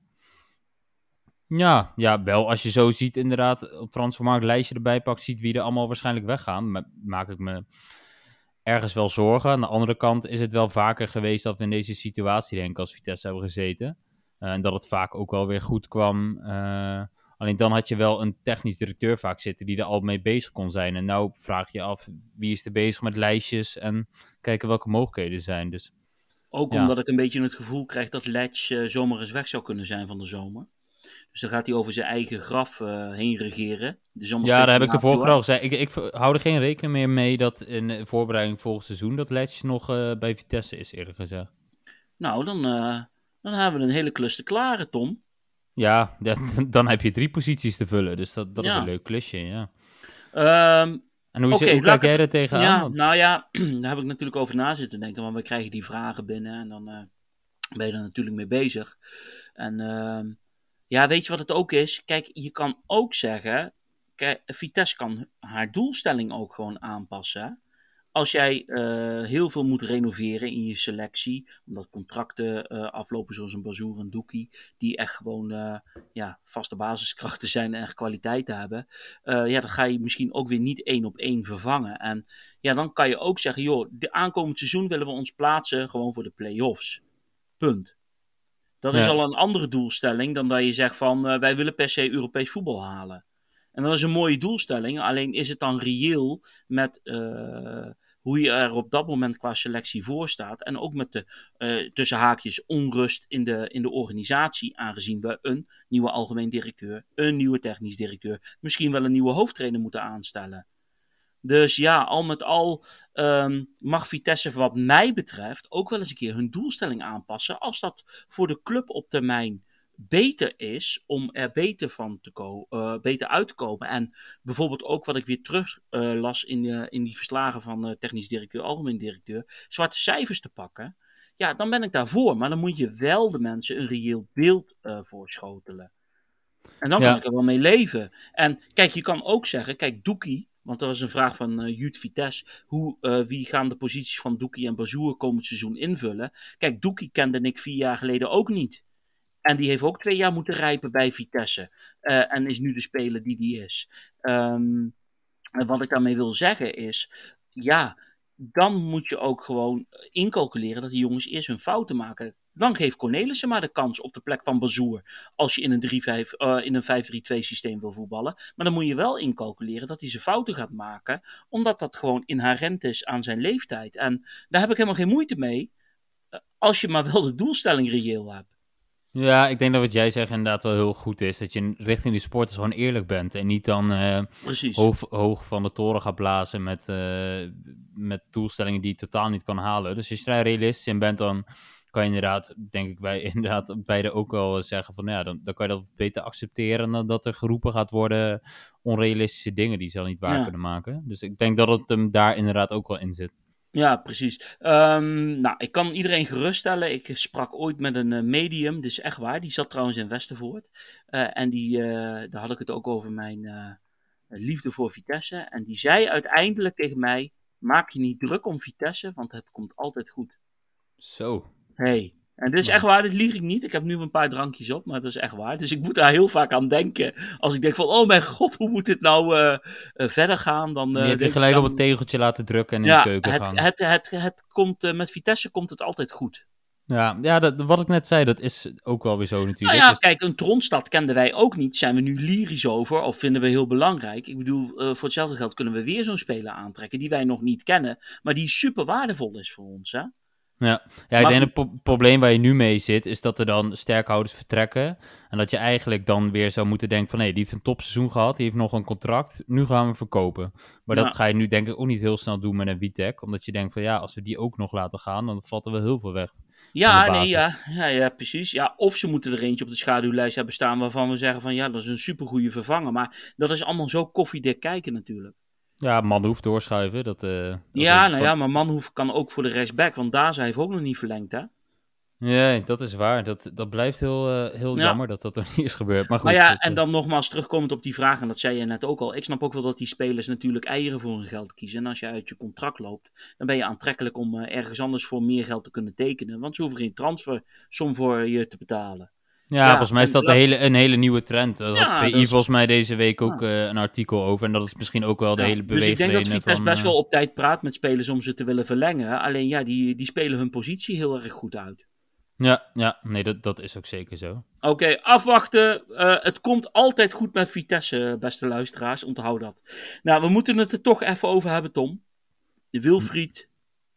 Ja, wel. Als je zo ziet, inderdaad, op Transfermarkt lijstje erbij pakt, ziet wie er allemaal waarschijnlijk weggaan, maak ik me ergens wel zorgen. Aan de andere kant is het wel vaker geweest dat we in deze situatie, denk ik, als Vitesse hebben gezeten. En dat het vaak ook wel weer goed kwam. Alleen dan had je wel een technisch directeur vaak zitten die er al mee bezig kon zijn. En nou vraag je af, wie is er bezig met lijstjes en kijken welke mogelijkheden er zijn. Dus Ook ja. omdat ik een beetje het gevoel krijg dat Letch zomaar eens weg zou kunnen zijn van de zomer. Dus dan gaat hij over zijn eigen graf heen regeren. Dus allemaal Ja, daar heb ik de speculatie, vorige keer al hoor. gezegd. Ik hou er geen rekening meer mee dat in de voorbereiding volgend seizoen dat Letch nog bij Vitesse is, eerlijk gezegd. Nou, dan hebben we een hele klus te klaren, Tom. Ja, dan heb je 3 posities te vullen. Dus dat is een Ja. leuk klusje, ja. Ehm, En Oké, hoe laat kijk ik jij het. er tegenaan? Ja, Want, nou ja, daar heb ik natuurlijk over na zitten denken. Want we krijgen die vragen binnen en dan ben je er natuurlijk mee bezig. En ja, weet je wat het ook is? Kijk, je kan ook zeggen. Kijk, Vitesse kan haar doelstelling ook gewoon aanpassen. Hè? Als jij heel veel moet renoveren in je selectie, omdat contracten aflopen zoals een Bazoer en Doekie, die echt gewoon ja, vaste basiskrachten zijn en echt kwaliteit hebben, ja, dan ga je misschien ook weer niet 1-op-1 vervangen. En ja, dan kan je ook zeggen, joh, de aankomend seizoen willen we ons plaatsen gewoon voor de play-offs. Punt. Dat is ja. al een andere doelstelling dan dat je zegt van wij willen per se Europees voetbal halen. En dat is een mooie doelstelling, alleen is het dan reëel met hoe je er op dat moment qua selectie voor staat. En ook met de tussen haakjes onrust in de organisatie, aangezien we een nieuwe algemeen directeur, een nieuwe technisch directeur, misschien wel een nieuwe hoofdtrainer moeten aanstellen. Dus ja, al met al mag Vitesse wat mij betreft ook wel eens een keer hun doelstelling aanpassen. Als dat voor de club op termijn beter is om er beter uit te komen. En bijvoorbeeld ook wat ik weer terug las in die verslagen van technisch directeur, algemeen directeur, zwarte cijfers te pakken. Ja, dan ben ik daarvoor. Maar dan moet je wel de mensen een reëel beeld voorschotelen. En dan kan ik Ja, er wel mee leven. En kijk, je kan ook zeggen, kijk, Doekie, want dat was een vraag van Jut Vitesse, wie gaan de posities van Doekie en Bazoer komend seizoen invullen? Kijk, Doekie kende ik 4 jaar geleden ook niet. En die heeft ook 2 jaar moeten rijpen bij Vitesse. En is nu de speler die is. En wat ik daarmee wil zeggen is, ja, dan moet je ook gewoon incalculeren dat die jongens eerst hun fouten maken. Dan geeft Cornelissen maar de kans op de plek van Bazoer. Als je in een 3-5, in een 5-3-2 systeem wil voetballen. Maar dan moet je wel incalculeren dat hij zijn fouten gaat maken. Omdat dat gewoon inherent is aan zijn leeftijd. En daar heb ik helemaal geen moeite mee. Als je maar wel de doelstelling reëel hebt. ja, ik denk dat wat jij zegt inderdaad wel heel goed is. Dat je richting die sporters gewoon eerlijk bent. En niet dan Precies. hoog van de toren gaat blazen met doelstellingen die je totaal niet kan halen. Dus als je daar realistisch in bent, dan kan je inderdaad, denk ik bij inderdaad beide ook wel zeggen van ja, dan kan je dat beter accepteren dan dat er geroepen gaat worden onrealistische dingen die ze dan niet waar Ja. kunnen maken. Dus ik denk dat het hem daar inderdaad ook wel in zit. Ja, precies. Nou, ik kan iedereen geruststellen. Ik sprak ooit met een medium, dit is echt waar. Die zat trouwens in Westervoort. En daar had ik het ook over liefde voor Vitesse. En die zei uiteindelijk tegen mij, maak je niet druk om Vitesse, want het komt altijd goed. Zo. Hey. En dit is echt waar, dit lieg ik niet. Ik heb nu een paar drankjes op, maar dat is echt waar. Dus ik moet daar heel vaak aan denken. Als ik denk van, oh mijn god, hoe moet dit nou verder gaan? Dan Die heb je denk gelijk ik op het tegeltje laten drukken en in ja, de keuken gaan. het komt, met Vitesse komt het altijd goed. Ja, wat ik net zei, dat is ook wel weer zo Nou natuurlijk. ja, Dus- kijk, een Tronstad kenden wij ook niet. Zijn we nu lyrisch over of vinden we heel belangrijk? Ik bedoel, voor hetzelfde geld kunnen we weer zo'n speler aantrekken die wij nog niet kennen. Maar die super waardevol is voor ons, hè? Ja, ik Maar denk het probleem waar je nu mee zit, is dat er dan sterkhouders vertrekken. En dat je eigenlijk dan weer zou moeten denken van, die heeft een topseizoen gehad, die heeft nog een contract, nu gaan we verkopen. Maar Ja. dat ga je nu denk ik ook niet heel snel doen met een Witek, omdat je denkt van, ja, als we die ook nog laten gaan, dan valt er wel heel veel weg. Ja, van de nee, basis. ja, precies. Ja, of ze moeten er eentje op de schaduwlijst hebben staan waarvan we zeggen van, ja, dat is een supergoeie vervanger. Maar dat is allemaal zo koffiedik kijken natuurlijk. Ja, man hoeft doorschuiven. Dat Ja, is nou ja, maar Manhoef kan ook voor de rechtsback, want Daza heeft ook nog niet verlengd, hè? Ja, dat is waar. Dat blijft heel Ja. jammer dat dat nog niet is gebeurd. Maar goed. Maar ja, dat, en dan nogmaals terugkomend op die vraag, en dat zei je net ook al. Ik snap ook wel dat die spelers natuurlijk eieren voor hun geld kiezen. En als je uit je contract loopt, dan ben je aantrekkelijk om ergens anders voor meer geld te kunnen tekenen. Want ze hoeven geen transfersom voor je te betalen. ja, volgens mij is dat en een hele nieuwe trend. Daar had Ja, VI dat is- volgens mij deze week ook een artikel over. En dat is misschien ook wel de hele Dus ik denk dat beweegreden Vitesse van... best wel op tijd praat met spelers om ze te willen verlengen. Alleen ja, die spelen hun positie heel erg goed uit. Ja, nee, dat is ook zeker zo. Oké, afwachten. Het komt altijd goed met Vitesse, beste luisteraars. Onthoud dat. Nou, we moeten het er toch even over hebben, Tom. Wilfried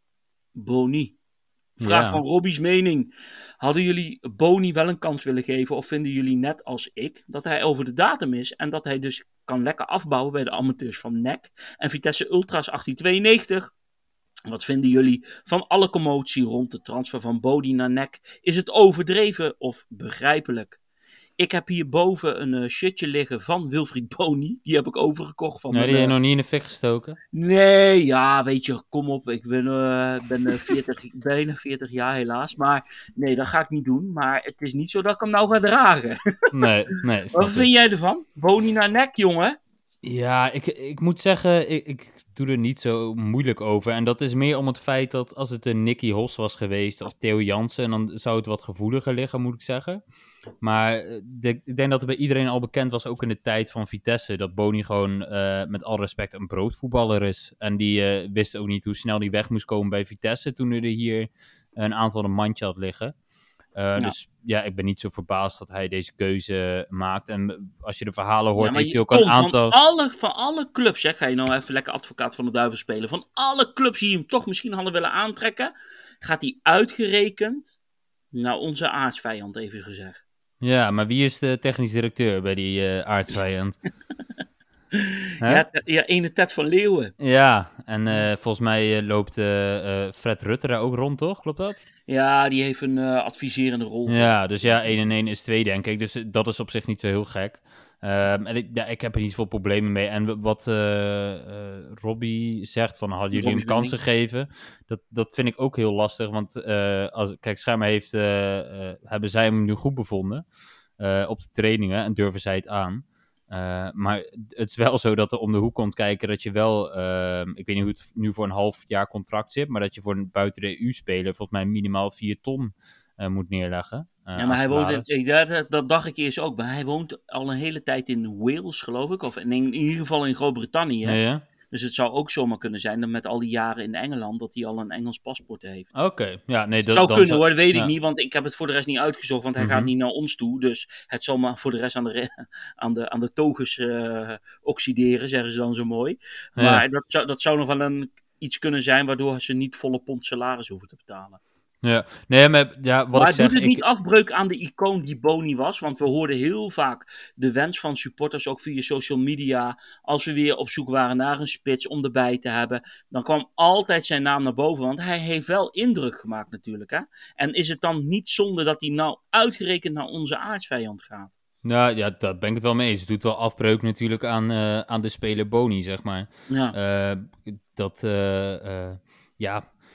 Boni. Vraag Ja. van Robbie's mening. Hadden jullie Boni wel een kans willen geven? Of vinden jullie net als ik dat hij over de datum is? En dat hij dus kan lekker afbouwen bij de amateurs van NEC en Vitesse Ultras 1892? Wat vinden jullie van alle commotie rond de transfer van Boni naar NEC? Is het overdreven of begrijpelijk? Ik heb hierboven een shirtje liggen van Wilfried Boni. Die heb ik overgekocht van Nee, die heb je nog niet in de fik gestoken? Nee, ja, weet je, kom op. Ik ben 40, bijna 40 jaar helaas. Maar nee, dat ga ik niet doen. Maar het is niet zo dat ik hem nou ga dragen. Nee, snap Wat ik. vind jij ervan? Boni naar nek, jongen. Ja, ik moet zeggen, ik doe er niet zo moeilijk over. En dat is meer om het feit dat als het een Nicky Hos was geweest of Theo Jansen, dan zou het wat gevoeliger liggen, moet ik zeggen. Maar ik denk dat het bij iedereen al bekend was, ook in de tijd van Vitesse, dat Boni gewoon met alle respect een broodvoetballer is. En die wist ook niet hoe snel die weg moest komen bij Vitesse toen er hier een aantal een mandje had liggen. Dus ja, ik ben niet zo verbaasd dat hij deze keuze maakt. En als je de verhalen hoort, heeft hij ook een aantal... Van alle clubs, hè, ga je nou even lekker advocaat van de duivel spelen. Van alle clubs die hem toch misschien hadden willen aantrekken, gaat hij uitgerekend naar onze aardsvijand, even gezegd. Ja, maar wie is de technisch directeur bij die aardsvijand? Ja, ene Ted van Leeuwen. Ja, en volgens mij loopt Fred Rutte daar ook rond, toch? Klopt dat? Ja, die heeft een adviserende rol. Ja, dus ja, 1 en 1 is 2, denk ik. Dus dat is op zich niet zo heel gek. En ik heb er niet veel problemen mee. En wat Robbie zegt, van hadden jullie hem kansen gegeven? Dat vind ik ook heel lastig. Want kijk, schijnbaar hebben zij hem nu goed bevonden op de trainingen en durven zij het aan. Maar het is wel zo dat er om de hoek komt kijken dat je wel, ik weet niet hoe het nu voor een half jaar contract zit, maar dat je voor een buiten de EU-speler volgens mij minimaal 4 ton moet neerleggen. Ja, maar hij woont, dat dacht ik eerst ook, maar hij woont al een hele tijd in Wales, geloof ik, of in ieder geval in Groot-Brittannië. Ja. Dus het zou ook zomaar kunnen zijn dat met al die jaren in Engeland, dat hij al een Engels paspoort heeft. Oké, ja, nee, dat zou kunnen hoor, dat weet ik niet, want ik heb het voor de rest niet uitgezocht, want hij gaat niet naar ons toe. Dus het zal maar voor de rest aan de togus oxideren, zeggen ze dan zo mooi. Maar dat zou nog wel iets kunnen zijn waardoor ze niet volle pond salaris hoeven te betalen. Ja, nee, maar ja, wat ik zeg... doet het niet afbreuk aan de icoon die Boni was? Want we hoorden heel vaak de wens van supporters, ook via social media, als we weer op zoek waren naar een spits om erbij te hebben, dan kwam altijd zijn naam naar boven, want hij heeft wel indruk gemaakt natuurlijk. Hè? En is het dan niet zonde dat hij nou uitgerekend naar onze aardsvijand gaat? Ja, daar ben ik het wel mee eens. Het doet wel afbreuk natuurlijk aan de speler Boni, zeg maar. Ja. Ja...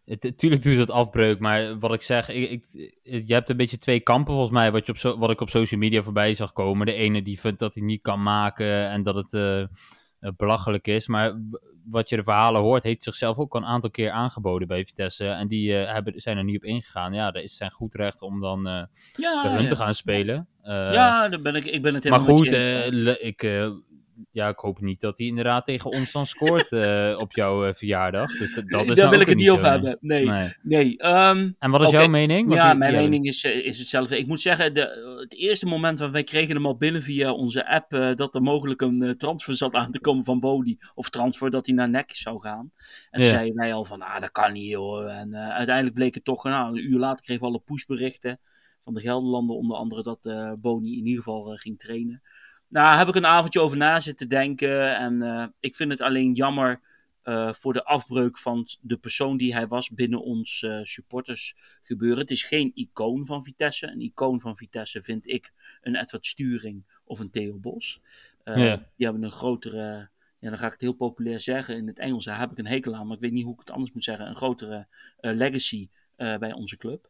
Tuurlijk doet het afbreuk, maar wat ik zeg, je hebt een beetje twee kampen volgens mij, wat ik op social media voorbij zag komen. De ene die vindt dat hij niet kan maken en dat het belachelijk is, maar wat je de verhalen hoort, heeft zichzelf ook al een aantal keer aangeboden bij Vitesse en die zijn er niet op ingegaan. Ja, dat is zijn goed recht om dan bij hun te gaan spelen. Ja, ik ben het Maar helemaal met goed, je eens. ik hoop niet dat hij inderdaad tegen ons dan scoort op jouw verjaardag. Dus dat is Daar nou wil ook ik het weer niet niet over zo. hebben. Nee. Nee. En wat is Oké. jouw mening? Want Ja, mijn mening is hetzelfde. Ik moet zeggen, het eerste moment dat wij kregen hem al binnen via onze app, dat er mogelijk een transfer zat aan te komen van Boni. Of transfer dat hij naar NEC zou gaan. En toen zeiden wij al van, dat kan niet hoor. En uiteindelijk bleek het toch, een uur later kregen we alle pushberichten van de Gelderlanden onder andere dat Boni in ieder geval ging trainen. Nou, heb ik een avondje over na zitten denken. En ik vind het alleen jammer voor de afbreuk van de persoon die hij was binnen ons supporters gebeuren. Het is geen icoon van Vitesse. Een icoon van Vitesse vind ik een Edward Sturing of een Theo Bos. Die hebben een grotere, dan ga ik het heel populair zeggen. In het Engels, daar heb ik een hekel aan, maar ik weet niet hoe ik het anders moet zeggen. Een grotere legacy bij onze club.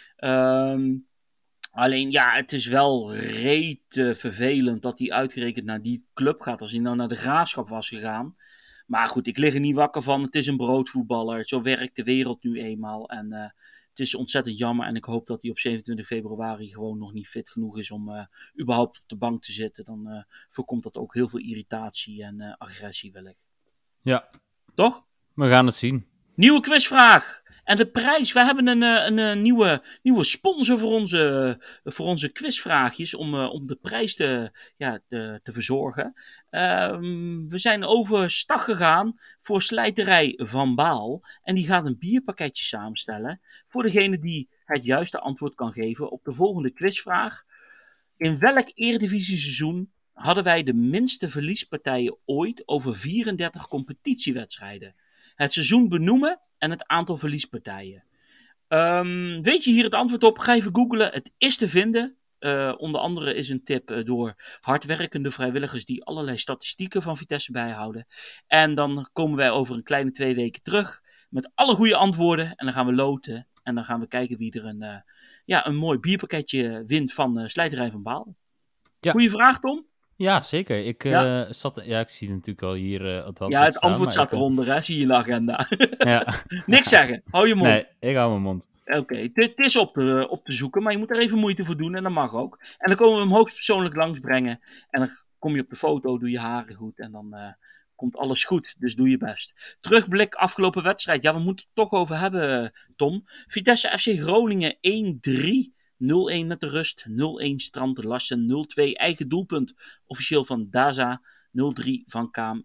Alleen ja, het is wel rete vervelend dat hij uitgerekend naar die club gaat. Als hij nou naar de Graafschap was gegaan. Maar goed, ik lig er niet wakker van. Het is een broodvoetballer. Zo werkt de wereld nu eenmaal. En het is ontzettend jammer. En ik hoop dat hij op 27 februari gewoon nog niet fit genoeg is om überhaupt op de bank te zitten. Dan voorkomt dat ook heel veel irritatie en agressie wellicht. Ja. Toch? We gaan het zien. Nieuwe quizvraag. En de prijs, we hebben een nieuwe sponsor voor onze quizvraagjes om de prijs te verzorgen. We zijn overstag gegaan voor Slijterij Van Baal. En die gaat een bierpakketje samenstellen voor degene die het juiste antwoord kan geven op de volgende quizvraag. In welk Eredivisie-seizoen hadden wij de minste verliespartijen ooit over 34 competitiewedstrijden? Het seizoen benoemen en het aantal verliespartijen. Weet je hier het antwoord op? Ga even googlen. Het is te vinden. Onder andere is een tip door hardwerkende vrijwilligers die allerlei statistieken van Vitesse bijhouden. En dan komen wij over een kleine 2 weken terug met alle goede antwoorden. En dan gaan we loten. En dan gaan we kijken wie er een mooi bierpakketje wint van Slijterij van Baal. Ja. Goeie vraag, Tom? Ja, zeker. Ik zie natuurlijk al hier het antwoord het antwoord staat eronder, hè? Zie je in de agenda. Ja. Niks zeggen, hou je mond. Nee, ik hou mijn mond. Oké, het is op te zoeken, maar je moet er even moeite voor doen en dat mag ook. En dan komen we hem hoogstpersoonlijk langsbrengen. En dan kom je op de foto, doe je haren goed en dan komt alles goed. Dus doe je best. Terugblik afgelopen wedstrijd. Ja, we moeten het toch over hebben, Tom. Vitesse FC Groningen 1-3. 0-1 met de rust, 0-1 Strand Larsen, 0-2 eigen doelpunt. Officieel van Daza, 0-3 van Kaam,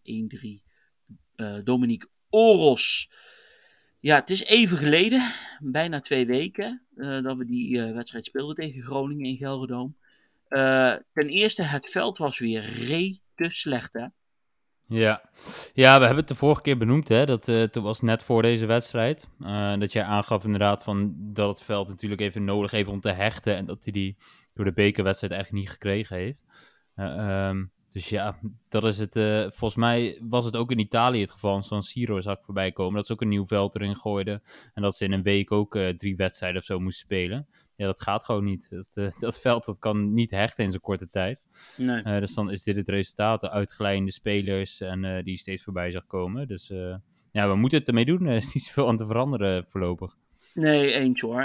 1-3 Dominique Oros. Ja, het is even geleden, bijna 2 weken, dat we die wedstrijd speelden tegen Groningen in Gelderdoom. Ten eerste, het veld was weer rete slecht, hè? Ja, we hebben het de vorige keer benoemd, hè. Toen was net voor deze wedstrijd. Dat jij aangaf inderdaad dat het veld natuurlijk even nodig heeft om te hechten. En dat hij die door de bekerwedstrijd eigenlijk niet gekregen heeft. Dus ja, dat is het. Volgens mij was het ook in Italië het geval. San Siro zag ik voorbij komen. Dat ze ook een nieuw veld erin gooiden. En dat ze in een week ook 3 wedstrijden of zo moesten spelen. Ja, dat gaat gewoon niet. Dat veld dat kan niet hechten in zo'n korte tijd. Nee. Dus dan is dit het resultaat. De uitglijende spelers en die steeds voorbij zag komen. Dus we moeten het ermee doen. Er is niet zoveel aan te veranderen voorlopig. Nee, eens hoor.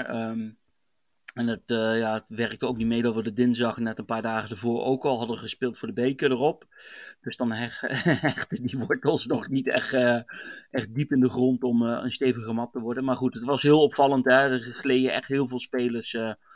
En het werkte ook niet mee dat we de dinsdag net een paar dagen ervoor ook al hadden gespeeld voor de beker erop. Dus dan hechten die wortels nog niet echt diep in de grond om een stevige mat te worden. Maar goed, het was heel opvallend. Hè? Er gleden echt heel veel spelers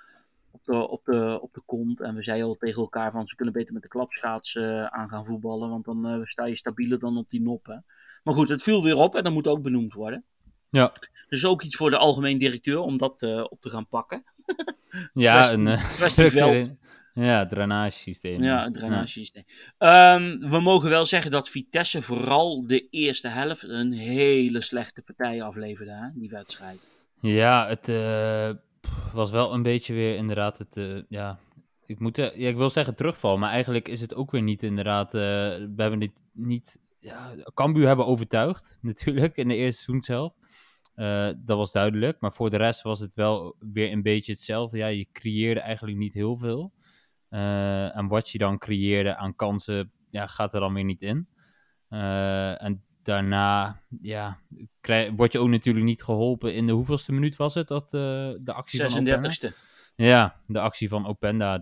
op de kont. En we zeiden al tegen elkaar van ze kunnen beter met de klapschaats aan gaan voetballen. Want dan sta je stabieler dan op die noppen. Maar goed, het viel weer op en dat moet ook benoemd worden. Ja. Dus ook iets voor de algemeen directeur om dat op te gaan pakken. Ja, een structuur. Ja, drainagesysteem. Ja, een drainagesysteem. We mogen wel zeggen dat Vitesse vooral de eerste helft een hele slechte partij afleverde, hè, die wedstrijd. Ja, het was wel een beetje weer inderdaad ik wil zeggen terugval, maar eigenlijk is het ook weer niet inderdaad. We hebben dit niet. Ja, Cambuur hebben overtuigd, natuurlijk, in de eerste seizoen zelf. Dat was duidelijk. Maar voor de rest was het wel weer een beetje hetzelfde. Ja, je creëerde eigenlijk niet heel veel. En wat je dan creëerde aan kansen, ja, gaat er dan weer niet in. En daarna, ja, word je ook natuurlijk niet geholpen. In de hoeveelste minuut was het, dat de actie van Openda? 36e. Ja, de actie van Openda,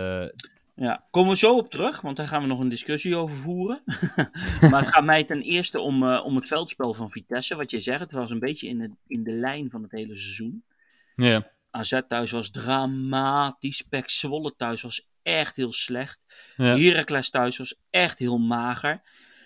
Ja, komen we zo op terug, want daar gaan we nog een discussie over voeren. Maar het gaat mij ten eerste om het veldspel van Vitesse. Wat je zegt, het was een beetje in de lijn van het hele seizoen. Ja. AZ thuis was dramatisch. PEC Zwolle thuis was echt heel slecht. Ja. Heracles thuis was echt heel mager.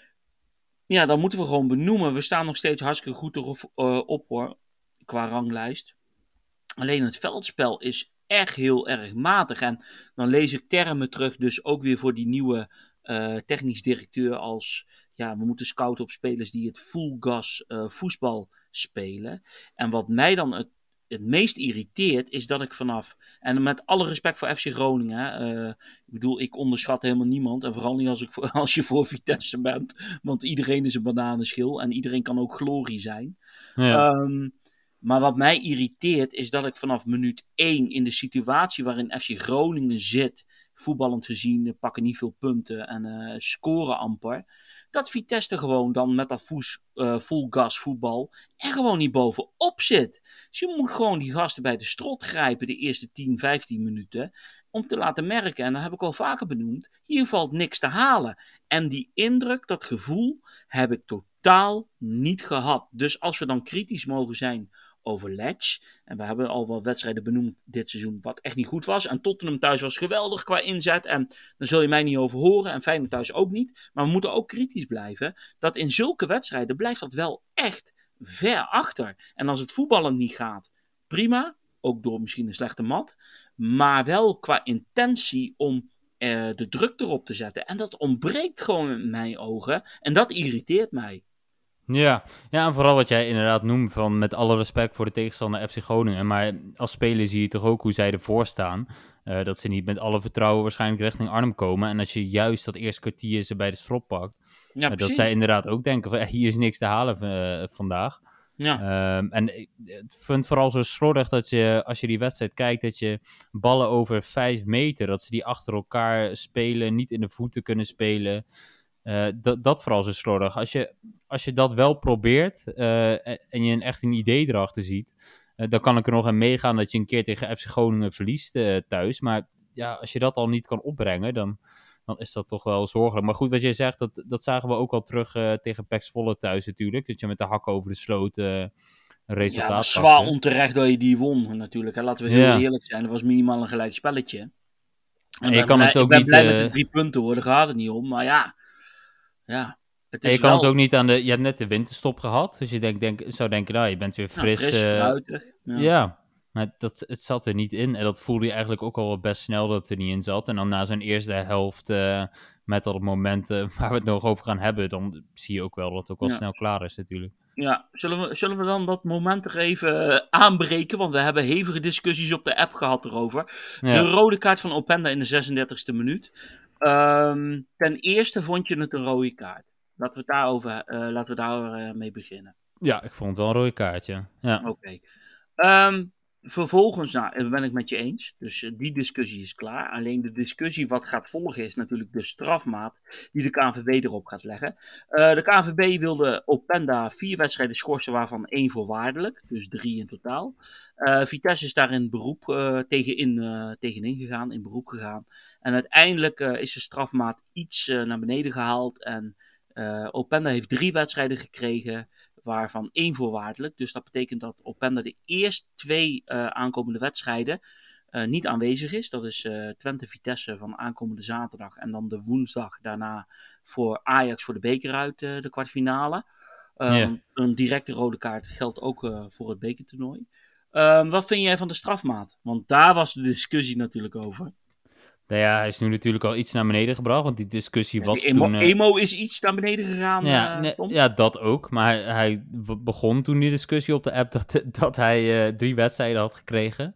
Ja, dat moeten we gewoon benoemen. We staan nog steeds hartstikke goed op hoor, qua ranglijst. Alleen het veldspel is echt heel erg matig. En dan lees ik termen terug, dus ook weer voor die nieuwe technisch directeur als... Ja, we moeten scouten op spelers die het full gas voetbal spelen. En wat mij dan het meest irriteert, is dat ik vanaf... En met alle respect voor FC Groningen. Ik bedoel, ik onderschat helemaal niemand. En vooral niet als je voor Vitesse bent. Want iedereen is een bananenschil. En iedereen kan ook glorie zijn. Ja. Maar wat mij irriteert is dat ik vanaf minuut 1 in de situatie waarin FC Groningen zit, voetballend gezien, pakken niet veel punten en scoren amper, dat Vitesse er gewoon dan met dat full gas voetbal er gewoon niet bovenop zit. Dus je moet gewoon die gasten bij de strot grijpen de eerste 10, 15 minuten om te laten merken, en dat heb ik al vaker benoemd, hier valt niks te halen. En die indruk, dat gevoel, heb ik totaal niet gehad. Dus als we dan kritisch mogen zijn over Ledge. En we hebben al wat wedstrijden benoemd dit seizoen wat echt niet goed was. En Tottenham thuis was geweldig qua inzet. En daar zul je mij niet over horen. En Feyenoord thuis ook niet. Maar we moeten ook kritisch blijven. Dat in zulke wedstrijden blijft dat wel echt ver achter. En als het voetballen niet gaat, prima. Ook door misschien een slechte mat. Maar wel qua intentie om de druk erop te zetten. En dat ontbreekt gewoon in mijn ogen. En dat irriteert mij. Ja, en vooral wat jij inderdaad noemt van met alle respect voor de tegenstander FC Groningen. Maar als speler zie je toch ook hoe zij ervoor staan. Dat ze niet met alle vertrouwen waarschijnlijk richting Arnhem komen. En als je juist dat eerste kwartier ze bij de strop pakt. Ja, dat zij inderdaad ook denken van hier is niks te halen vandaag. Ja. En ik vind het vooral zo slordig dat je, als je die wedstrijd kijkt, dat je ballen over 5 meter, dat ze die achter elkaar spelen, niet in de voeten kunnen spelen. Dat vooral zo slordig. Als je dat wel probeert en je echt een idee erachter ziet, dan kan ik er nog aan meegaan dat je een keer tegen FC Groningen verliest thuis. Maar ja, als je dat al niet kan opbrengen, dan is dat toch wel zorgelijk. Maar goed, wat jij zegt, dat zagen we ook al terug tegen PEC Zwolle thuis natuurlijk. Dat je met de hakken over de sloot een resultaat pakte. Zwaar onterecht dat je die won natuurlijk. Hè. Laten we heel eerlijk zijn. Dat was minimaal een gelijk spelletje. En je kan het ook niet... niet... blij met de 3 punten hoor, daar gaat het niet om. Maar ja, het is je kan het ook niet aan je hebt net de winterstop gehad. Dus je zou denken, nou, je bent weer fris. Fruitig. Ja, maar het zat er niet in. En dat voelde je eigenlijk ook al best snel dat het er niet in zat. En dan na zo'n eerste helft, met dat moment waar we het nog over gaan hebben, dan zie je ook wel dat het ook wel snel klaar is natuurlijk. Ja, zullen we dan dat moment er even aanbreken? Want we hebben hevige discussies op de app gehad erover. Ja. De rode kaart van Openda in de 36e minuut. Ten eerste vond je het een rode kaart. Laten we daar mee beginnen. Ja, ik vond het wel een rode kaartje. Ja. Oké. Vervolgens, ben ik met je eens. Dus die discussie is klaar. Alleen de discussie wat gaat volgen is natuurlijk de strafmaat die de KNVB erop gaat leggen. De KNVB wilde Openda 4 wedstrijden schorsen, waarvan 1 voorwaardelijk. Dus 3 in totaal. Vitesse is daar in beroep tegenin gegaan, in beroep gegaan. En uiteindelijk is de strafmaat iets naar beneden gehaald. En Openda heeft 3 wedstrijden gekregen, waarvan 1 voorwaardelijk. Dus dat betekent dat Openda de eerste 2 aankomende wedstrijden niet aanwezig is. Dat is Twente-Vitesse van aankomende zaterdag. En dan de woensdag daarna voor Ajax voor de beker uit de kwartfinale. Een directe rode kaart geldt ook voor het bekertoernooi. Wat vind jij van de strafmaat? Want daar was de discussie natuurlijk over. Nou ja, hij is nu natuurlijk al iets naar beneden gebracht, want die discussie was toen... Emo is iets naar beneden gegaan, ja, dat ook. Maar hij begon toen die discussie op de app dat hij 3 wedstrijden had gekregen.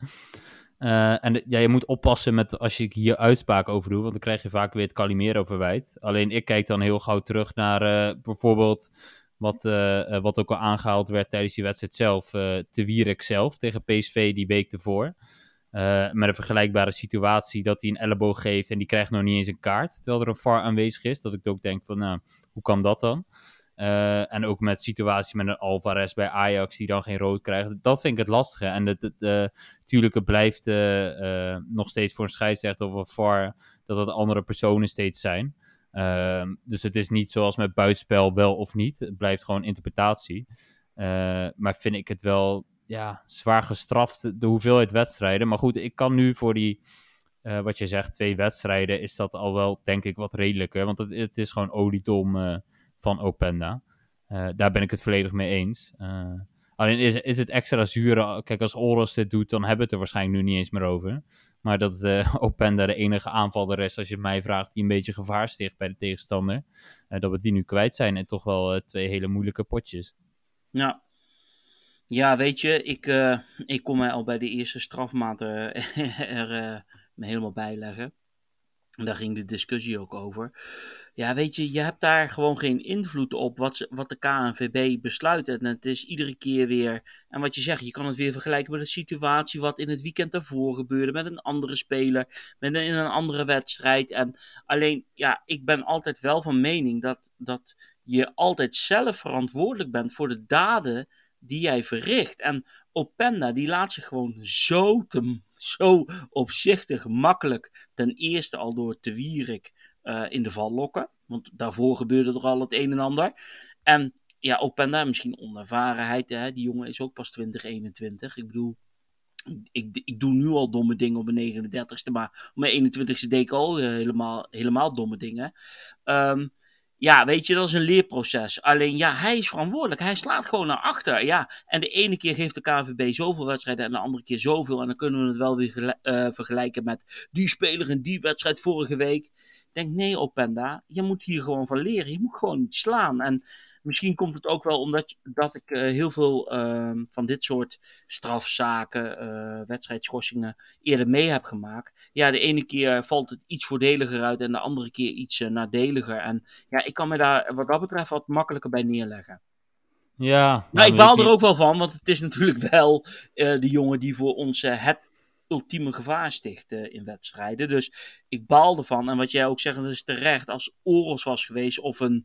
En je moet oppassen met als je hier uitspraak over doet, want dan krijg je vaak weer het Calimero verwijt. Alleen ik kijk dan heel gauw terug naar bijvoorbeeld Wat ook al aangehaald werd tijdens die wedstrijd zelf. Te Wierik zelf tegen PSV die week ervoor. Met een vergelijkbare situatie dat hij een elleboog geeft en die krijgt nog niet eens een kaart. Terwijl er een VAR aanwezig is. Dat ik ook denk van, nou, hoe kan dat dan? En ook met situatie met een Alvarez bij Ajax die dan geen rood krijgt. Dat vind ik het lastige. En natuurlijk, het blijft nog steeds voor een scheidsrechter of een VAR dat het andere personen steeds zijn. Dus het is niet zoals met buitenspel wel of niet. Het blijft gewoon interpretatie. Maar vind ik het wel zwaar gestraft de hoeveelheid wedstrijden. Maar goed, ik kan nu voor die, wat je zegt, 2 wedstrijden, is dat al wel, denk ik, wat redelijker. Want het is gewoon oliedom van Openda. Daar ben ik het volledig mee eens. Alleen is het extra zuur. Kijk, als Oros dit doet, dan hebben we het er waarschijnlijk nu niet eens meer over. Maar dat Openda de enige aanvaller is, als je mij vraagt, die een beetje gevaar sticht bij de tegenstander. Dat we die nu kwijt zijn en toch wel 2 hele moeilijke potjes. Ja, weet je, ik kon mij al bij de eerste strafmaat me helemaal bijleggen. Daar ging de discussie ook over. Ja, weet je, je hebt daar gewoon geen invloed op wat de KNVB besluit. En het is iedere keer weer, en wat je zegt, je kan het weer vergelijken met een situatie wat in het weekend daarvoor gebeurde met een andere speler, in een andere wedstrijd. En alleen, ja, ik ben altijd wel van mening dat je altijd zelf verantwoordelijk bent voor de daden die jij verricht. En Openda, die laat zich gewoon zo opzichtig makkelijk ten eerste al door Te Wierik in de val lokken. Want daarvoor gebeurde er al het een en ander. En ja, Openda, misschien onervarenheid. Hè? Die jongen is ook pas 2021. Ik bedoel, ik doe nu al domme dingen op mijn 39ste. Maar op mijn 21ste deed ik al helemaal domme dingen. Ja, weet je, dat is een leerproces. Alleen ja, hij is verantwoordelijk. Hij slaat gewoon naar achter. Ja, en de ene keer geeft de KNVB zoveel wedstrijden en de andere keer zoveel. En dan kunnen we het wel weer vergelijken met die speler in die wedstrijd vorige week. Ik denk, nee, Openda, je moet hier gewoon van leren. Je moet gewoon niet slaan. En misschien komt het ook wel omdat ik heel veel van dit soort strafzaken, wedstrijdschorsingen eerder mee heb gemaakt. Ja, de ene keer valt het iets voordeliger uit en de andere keer iets nadeliger. En ja, ik kan me daar wat dat betreft wat makkelijker bij neerleggen. Ja, maar ik baal er ook wel van, want het is natuurlijk wel de jongen die voor ons het ultieme gevaar sticht in wedstrijden. Dus ik baal ervan. En wat jij ook zegt, dat is terecht. Als Oros was geweest of een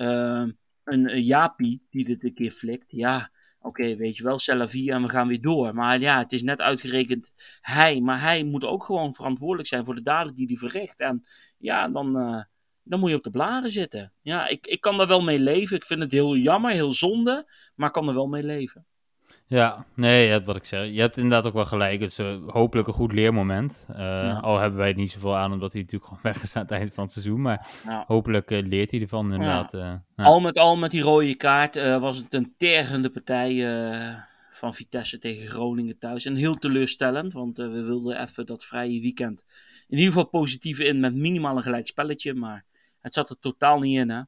Jaapie die dit een keer flikt. Ja, oké, weet je wel, Celavia en we gaan weer door. Maar ja, het is net uitgerekend hij. Maar hij moet ook gewoon verantwoordelijk zijn voor de daden die hij verricht. En ja, dan moet je op de blaren zitten. Ja, ik kan daar wel mee leven. Ik vind het heel jammer, heel zonde. Maar ik kan er wel mee leven. Ja, nee, wat ik zeg. Je hebt inderdaad ook wel gelijk. Het is hopelijk een goed leermoment. Al hebben wij het niet zoveel aan, omdat hij natuurlijk gewoon weg is aan het eind van het seizoen. Maar hopelijk leert hij ervan inderdaad. Al met die rode kaart was het een tergende partij van Vitesse tegen Groningen thuis. En heel teleurstellend, want we wilden even dat vrije weekend in ieder geval positief in met minimaal een gelijk spelletje. Maar het zat er totaal niet in, hè.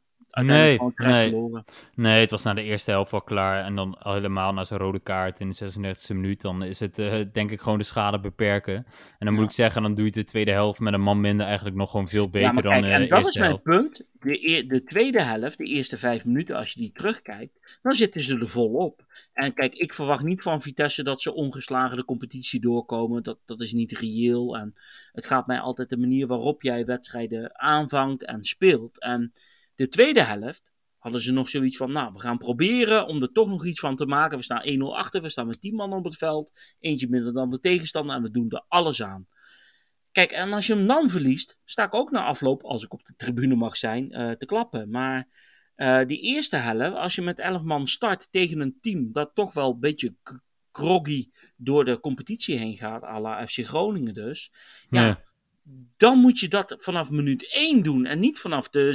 Nee, het was na de eerste helft al klaar. En dan al helemaal na zo'n rode kaart in de 36e minuut. Dan is het denk ik gewoon de schade beperken. En dan moet ik zeggen, dan doe je de tweede helft met een man minder eigenlijk nog gewoon veel beter dan de eerste helft. En dat is mijn punt. De tweede helft, de eerste 5 minuten, als je die terugkijkt, dan zitten ze er volop. En kijk, ik verwacht niet van Vitesse dat ze ongeslagen de competitie doorkomen. Dat is niet reëel. En het gaat mij altijd de manier waarop jij wedstrijden aanvangt en speelt. En de tweede helft hadden ze nog zoiets van, nou, we gaan proberen om er toch nog iets van te maken. We staan 1-0 achter, we staan met 10 man op het veld. Eentje minder dan de tegenstander en we doen er alles aan. Kijk, en als je hem dan verliest, sta ik ook na afloop, als ik op de tribune mag zijn, te klappen. Maar die eerste helft, als je met 11 man start tegen een team dat toch wel een beetje groggy door de competitie heen gaat, à la FC Groningen dus. Ja. Dan moet je dat vanaf minuut 1 doen. En niet vanaf de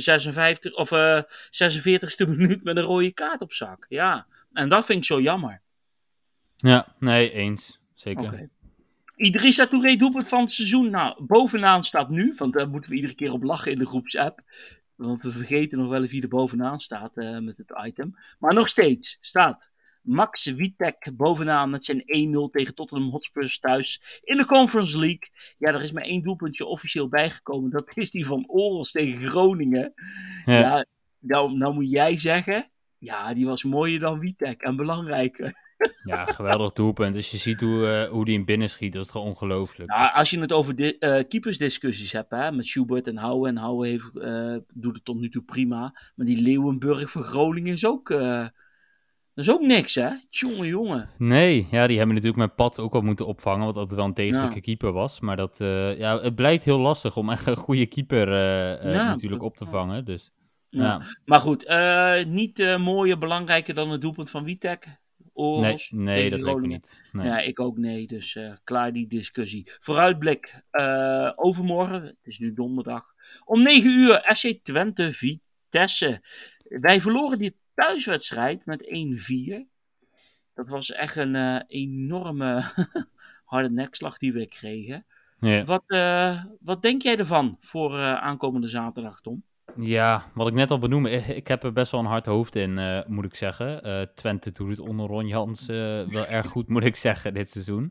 46e minuut met een rode kaart op zak. Ja, en dat vind ik zo jammer. Ja, nee, eens. Zeker. Okay. Idrissa Touré doelpunt van het seizoen. Nou, bovenaan staat nu. Want daar moeten we iedere keer op lachen in de groepsapp. Want we vergeten nog wel eens wie er bovenaan staat met het item. Maar nog steeds staat Max Witek bovenaan met zijn 1-0 tegen Tottenham Hotspurs thuis in de Conference League. Ja, er is maar 1 doelpuntje officieel bijgekomen. Dat is die van Oros tegen Groningen. Ja, nou moet jij zeggen, Ja, die was mooier dan Witek en belangrijker. Ja, geweldig doelpunt. Als je ziet hoe die in binnen schiet, dat is toch ongelooflijk. Nou, als je het over keepersdiscussies hebt, hè, met Schubert en Houwe. En Houwe doet het tot nu toe prima. Maar die Leeuwenburg van Groningen dat is ook niks, hè? Jongen. Nee, ja, die hebben natuurlijk mijn pad ook wel moeten opvangen, wat altijd wel een degelijke keeper was. Maar ja, het blijkt heel lastig om echt een goede keeper natuurlijk op te vangen. Dus, ja. Maar goed, niet mooier, belangrijker dan het doelpunt van Witek. Nee, dat lijkt me niet. Nee. Ja, ik ook nee, dus klaar die discussie. Vooruitblik overmorgen, het is nu donderdag, om 9 uur FC Twente Vitesse. Wij verloren die thuiswedstrijd met 1-4. Dat was echt een enorme harde nekslag die we kregen. Ja. Wat denk jij ervan voor aankomende zaterdag, Tom? Ja, wat ik net al benoemde, ik heb er best wel een hard hoofd in, moet ik zeggen. Twente doet het onder Ron Jans wel erg goed, moet ik zeggen, dit seizoen.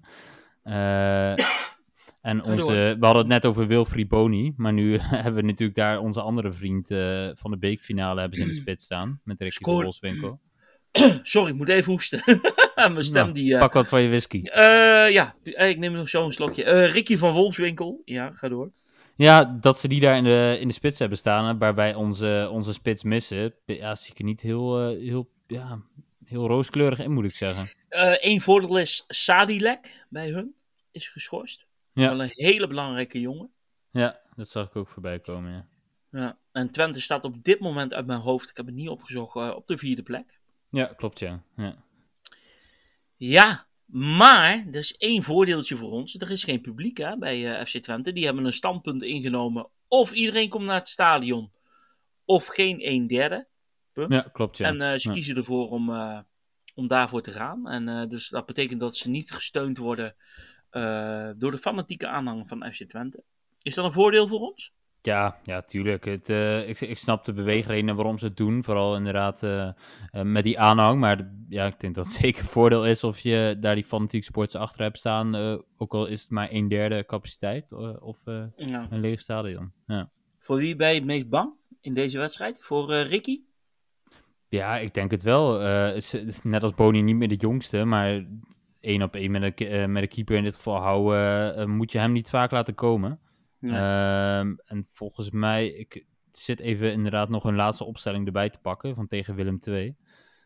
En we hadden het net over Wilfried Boni, maar nu hebben we natuurlijk daar onze andere vriend van de beekfinale hebben ze in de spits staan, met Ricky van Wolfswinkel. Sorry, ik moet even hoesten. Mijn stem die... Pak wat van je whisky. Ja, ik neem nog zo een slokje. Ricky van Wolfswinkel, ja, ga door. Ja, dat ze die daar in de spits hebben staan, waarbij onze spits missen, ja, zie ik er niet heel rooskleurig in, moet ik zeggen. Eén voordeel is Sadilek bij hun, is geschorst. Ja. Wel een hele belangrijke jongen. Ja, dat zag ik ook voorbij komen, ja. Ja, en Twente staat op dit moment uit mijn hoofd, ik heb het niet opgezocht, op de 4e plek. Ja, klopt, ja. Ja, maar er is één voordeeltje voor ons. Er is geen publiek hè, bij FC Twente. Die hebben een standpunt ingenomen. Of iedereen komt naar het stadion, of geen 1/3. Ja, klopt, ja. En ze kiezen ervoor om daarvoor te gaan. En dus dat betekent dat ze niet gesteund worden door de fanatieke aanhang van FC Twente. Is dat een voordeel voor ons? Ja, tuurlijk. Ik snap de beweegredenen waarom ze het doen. Vooral inderdaad met die aanhang. Maar ja, ik denk dat het zeker een voordeel is of je daar die fanatieke sports achter hebt staan. Ook al is het maar 1/3 capaciteit of een leeg stadion. Ja. Voor wie ben je het meest bang in deze wedstrijd? Voor Ricky? Ja, ik denk het wel. Net als Boni niet meer de jongste, maar 1-op-1 met een keeper in dit geval houden, moet je hem niet vaak laten komen. Nee. En volgens mij, ik zit even inderdaad nog een laatste opstelling erbij te pakken van tegen Willem II.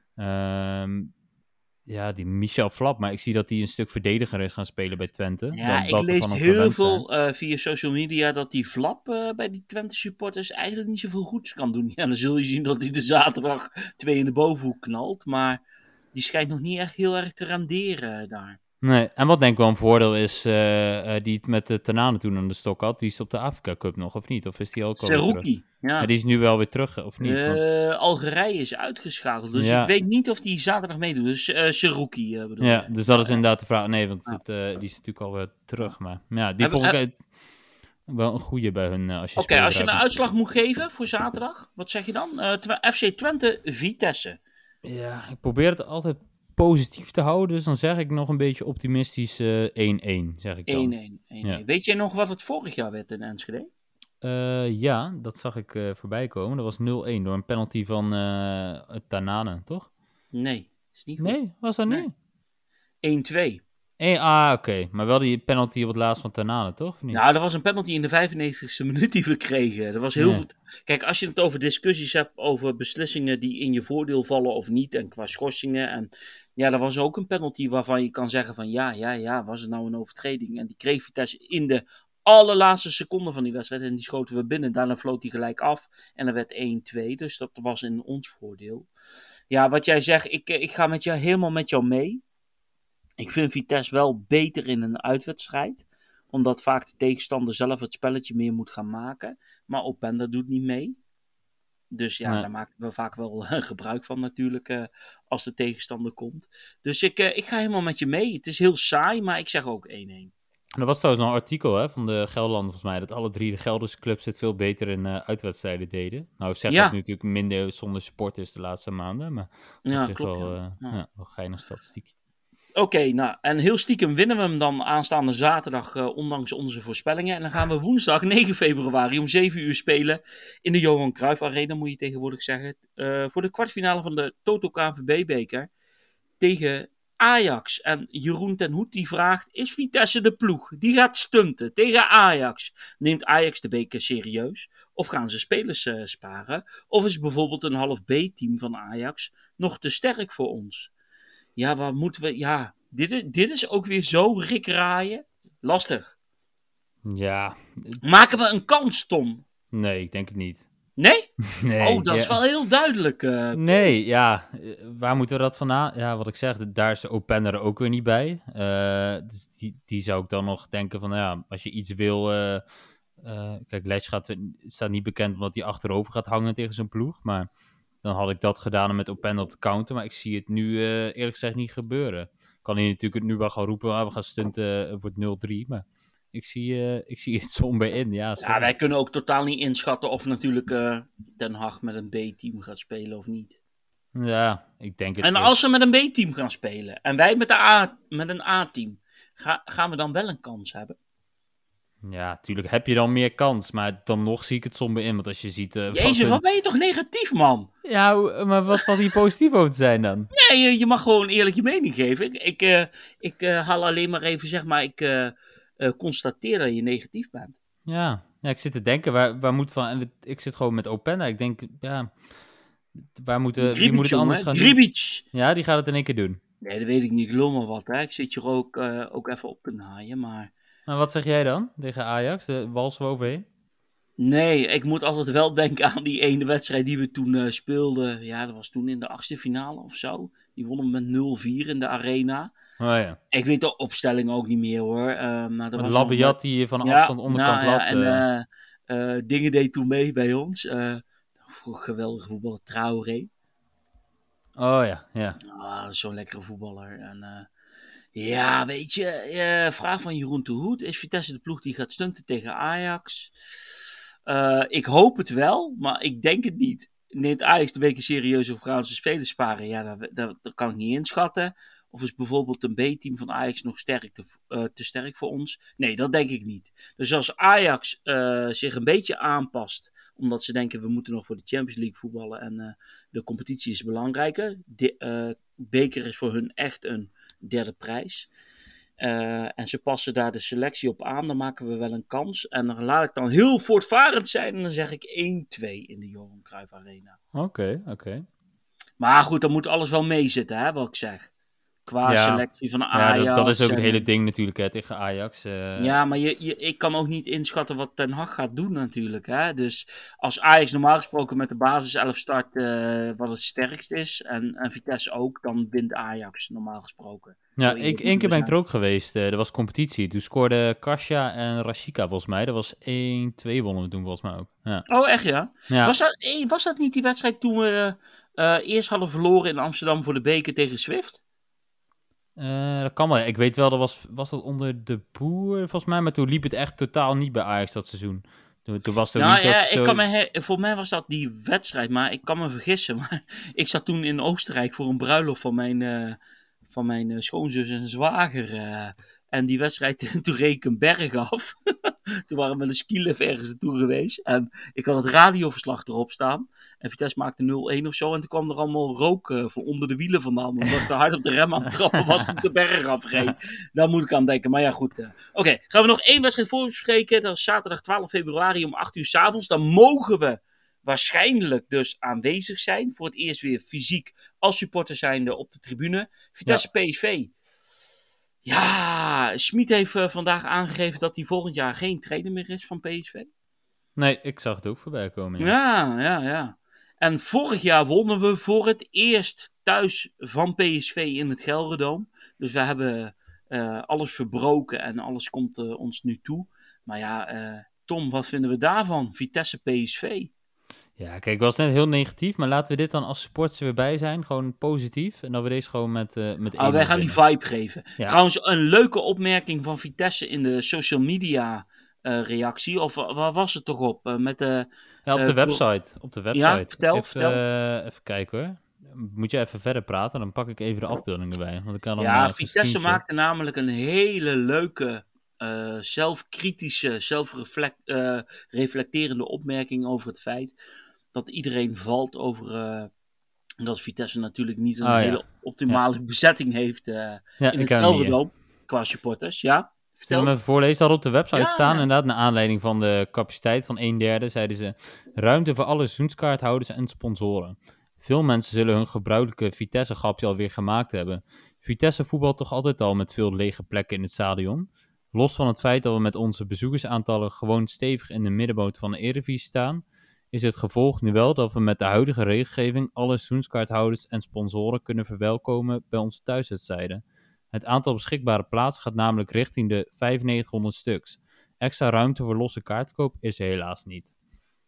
Ja, die Michel Flap, maar ik zie dat hij een stuk verdediger is gaan spelen bij Twente. Ja, ik lees heel veel via social media dat die Flap bij die Twente supporters eigenlijk niet zoveel goeds kan doen. Ja, dan zul je zien dat hij de zaterdag 2 in de bovenhoek knalt, maar die schijnt nog niet echt heel erg te renderen daar. Nee, en wat denk ik wel een voordeel is, die het met de Tanane toen aan de stok had, die is op de Afrika Cup nog, of niet? Of is die ook al terug? Ja. Die is nu wel weer terug, of niet? Algerije is uitgeschakeld, dus ik weet niet of die zaterdag meedoet. Dus Seruki bedoel ja, dus dat is inderdaad de vraag. Nee, want die is natuurlijk alweer terug, maar ja, die volg ik wel een goede bij hun. Oké, als je een uitslag moet geven voor zaterdag, wat zeg je dan? FC Twente Vitesse. Ja, ik probeer het altijd positief te houden, dus dan zeg ik nog een beetje optimistisch 1-1, zeg ik dan. 1-1. Ja. Weet jij nog wat het vorig jaar werd in Enschede? Ja, dat zag ik voorbij komen. Dat was 0-1 door een penalty van Tanane, toch? Nee, is niet goed. Nee, was dat niet? 1-2. Oké. Maar wel die penalty op het laatst van Tanane, toch? Of niet? Nou, er was een penalty in de 95e minuut die we kregen. Dat was heel goed. Kijk, als je het over discussies hebt over beslissingen die in je voordeel vallen of niet, en qua schorsingen. En ja, er was ook een penalty waarvan je kan zeggen van ja, was het nou een overtreding? En die kreeg Vitesse in de allerlaatste seconde van die wedstrijd en die schoten we binnen. Daarna floot hij gelijk af en er werd 1-2. Dus dat was in ons voordeel. Ja, wat jij zegt, ik ga helemaal met jou mee. Ik vind Vitesse wel beter in een uitwedstrijd. Omdat vaak de tegenstander zelf het spelletje meer moet gaan maken. Maar Openda doet niet mee. Dus ja, daar maken we vaak wel gebruik van natuurlijk. Als de tegenstander komt. Dus ik ga helemaal met je mee. Het is heel saai, maar ik zeg ook 1-1. Er was trouwens nog een artikel van de Gelderlander volgens mij. Dat alle 3 de Gelderse clubs het veel beter in uitwedstrijden deden. Nou, ik zeg dat natuurlijk minder zonder supporters de laatste maanden. Maar ja, klopt. wel geinig statistiek. Oké, nou, en heel stiekem winnen we hem dan aanstaande zaterdag, ondanks onze voorspellingen. En dan gaan we woensdag 9 februari om 7 uur spelen in de Johan Cruijff Arena, moet je tegenwoordig zeggen. Voor de kwartfinale van de Toto KNVB-beker tegen Ajax. En Jeroen ten Hoed die vraagt, is Vitesse de ploeg? Die gaat stunten tegen Ajax. Neemt Ajax de beker serieus? Of gaan ze spelers sparen? Of is bijvoorbeeld een half B-team van Ajax nog te sterk voor ons? Ja, wat moeten we... Ja, dit is ook weer zo rikraaien. Lastig. Ja. Maken we een kans, Tom? Nee, ik denk het niet. Nee? Nee. Oh, dat is wel heel duidelijk. Nee, ja. Waar moeten we dat vandaan? Ja, wat ik zeg, daar is de Open er ook weer niet bij. Dus die zou ik dan nog denken van, ja, als je iets wil... kijk, Les staat niet bekend omdat hij achterover gaat hangen tegen zijn ploeg. Maar dan had ik dat gedaan met Open op de counter. Maar ik zie het nu eerlijk gezegd niet gebeuren. Kan hij natuurlijk nu wel gaan roepen, we gaan stunten, het wordt 0-3. Maar ik zie het somber in, ja. Ja, wij kunnen ook totaal niet inschatten of natuurlijk Den Haag met een B-team gaat spelen of niet. Ja, ik denk het. En als ze met een B-team gaan spelen en wij met een A-team, gaan we dan wel een kans hebben? Ja, tuurlijk heb je dan meer kans, maar dan nog zie ik het somber in. Want als je ziet... Jezus, wat ben je toch negatief, man? Ja, maar wat valt hier positief over te zijn dan? Nee, je mag gewoon eerlijk je mening geven. Ik haal alleen maar even, zeg maar, ik constateer dat je negatief bent. Ja, ik zit te denken, waar moet van... En ik zit gewoon met Openda. Ik denk, ja... Wie moet het anders gaan doen? Ja, die gaat het in één keer doen. Nee, dat weet ik niet. Ik lul maar wat, hè. Ik zit je ook even op te naaien, maar... Maar wat zeg jij dan tegen Ajax? De walsen we overheen? Nee, ik moet altijd wel denken aan die ene wedstrijd die we toen speelden. Ja, dat was toen in de 8e finale of zo. Die wonnen met 0-4 in de arena. Oh ja. Ik weet de opstelling ook niet meer hoor. Maar dat was Labiat die van afstand onderkant lat. Ja, en dingen deed toen mee bij ons. Geweldige voetballer, Traoré. Oh ja. Zo'n lekkere voetballer. En ja, weet je, vraag van Jeroen te Hoed. Is Vitesse de ploeg die gaat stunten tegen Ajax? Ik hoop het wel, maar ik denk het niet. Neemt Ajax de beker serieus of gaan ze spelers sparen? Ja, dat kan ik niet inschatten. Of is bijvoorbeeld een B-team van Ajax nog te sterk voor ons? Nee, dat denk ik niet. Dus als Ajax zich een beetje aanpast, omdat ze denken we moeten nog voor de Champions League voetballen en de competitie is belangrijker. Beker is voor hun echt een derde prijs. En ze passen daar de selectie op aan, dan maken we wel een kans. En dan laat ik dan heel voortvarend zijn en dan zeg ik 1-2 in de Johan Cruijff Arena. Oké. Maar goed, dan moet alles wel meezitten, hè, wat ik zeg. Qua selectie van Ajax. Ja, dat is ook het hele ding natuurlijk, hè, tegen Ajax. Ja, maar ik kan ook niet inschatten wat Ten Hag gaat doen natuurlijk. Hè? Dus als Ajax normaal gesproken met de basiself start wat het sterkst is, en Vitesse ook, dan wint Ajax normaal gesproken. Ja, één keer ben ik er ook geweest. Er was competitie. Toen scoorden Kasia en Rashica volgens mij. Dat was 1-2 wonnen we toen volgens mij ook. Ja. Oh, echt ja? Was dat niet die wedstrijd toen we eerst hadden verloren in Amsterdam voor de beker tegen Swift? Dat kan wel. Ik weet wel, was dat onder de Boer volgens mij. Maar toen liep het echt totaal niet bij Ajax dat seizoen. Toen was het ook niet dat... voor mij was dat die wedstrijd, maar ik kan me vergissen. Maar ik zat toen in Oostenrijk voor een bruiloft van mijn schoonzus en zwager. En die wedstrijd, toen reed ik een berg af. Toen waren we met een skilift ergens naartoe geweest. En ik had het radioverslag erop staan. En Vitesse maakte 0-1 of zo. En toen kwam er allemaal rook van onder de wielen vandaan. Omdat ik te hard op de rem aan het trappen was toen ik de berg afreed. Daar moet ik aan denken. Maar ja, goed. Oké, gaan we nog één wedstrijd voorbespreken. Dat is zaterdag 12 februari om 8 uur 's avonds. Dan mogen we waarschijnlijk dus aanwezig zijn. Voor het eerst weer fysiek als supporter zijnde op de tribune. Vitesse PSV. Ja, Schmid heeft vandaag aangegeven dat hij volgend jaar geen trainer meer is van PSV. Nee, ik zag het ook voorbij komen. Ja. En vorig jaar wonnen we voor het eerst thuis van PSV in het Gelderdoom. Dus we hebben alles verbroken en alles komt ons nu toe. Maar ja, Tom, wat vinden we daarvan? Vitesse PSV. Ja, kijk, ik was net heel negatief, maar laten we dit dan als supporters weer bij zijn. Gewoon positief. En dat we deze gewoon met wij gaan die vibe geven. Ja. Trouwens, een leuke opmerking van Vitesse in de social media reactie. Of waar was het toch op? Op de website. Ja, vertel. Even kijken hoor. Moet je even verder praten, dan pak ik even de afbeelding erbij. Want ik kan dan Ja, een Vitesse screenshot. maakte namelijk een hele leuke, zelfkritische, reflecterende opmerking over het feit dat iedereen valt over dat Vitesse natuurlijk niet een Oh hele ja. optimale bezetting heeft Ja, in ik het heb hem hier. Gelredome qua supporters. Ja, Zullen we vertel. hem even voorlezen? Ze hadden op de website Ja, staan, ja. inderdaad, naar aanleiding van de capaciteit van 1/3, zeiden ze, ruimte voor alle seizoenskaarthouders en sponsoren. Veel mensen zullen hun gebruikelijke Vitesse-grapje alweer gemaakt hebben. Vitesse voetbalt toch altijd al met veel lege plekken in het stadion? Los van het feit dat we met onze bezoekersaantallen gewoon stevig in de middenmoot van de Eredivisie staan, is het gevolg nu wel dat we met de huidige regelgeving alle seizoenskaarthouders en sponsoren kunnen verwelkomen bij onze thuiswedstrijden. Het aantal beschikbare plaatsen gaat namelijk richting de 9500 stuks. Extra ruimte voor losse kaartverkoop is er helaas niet.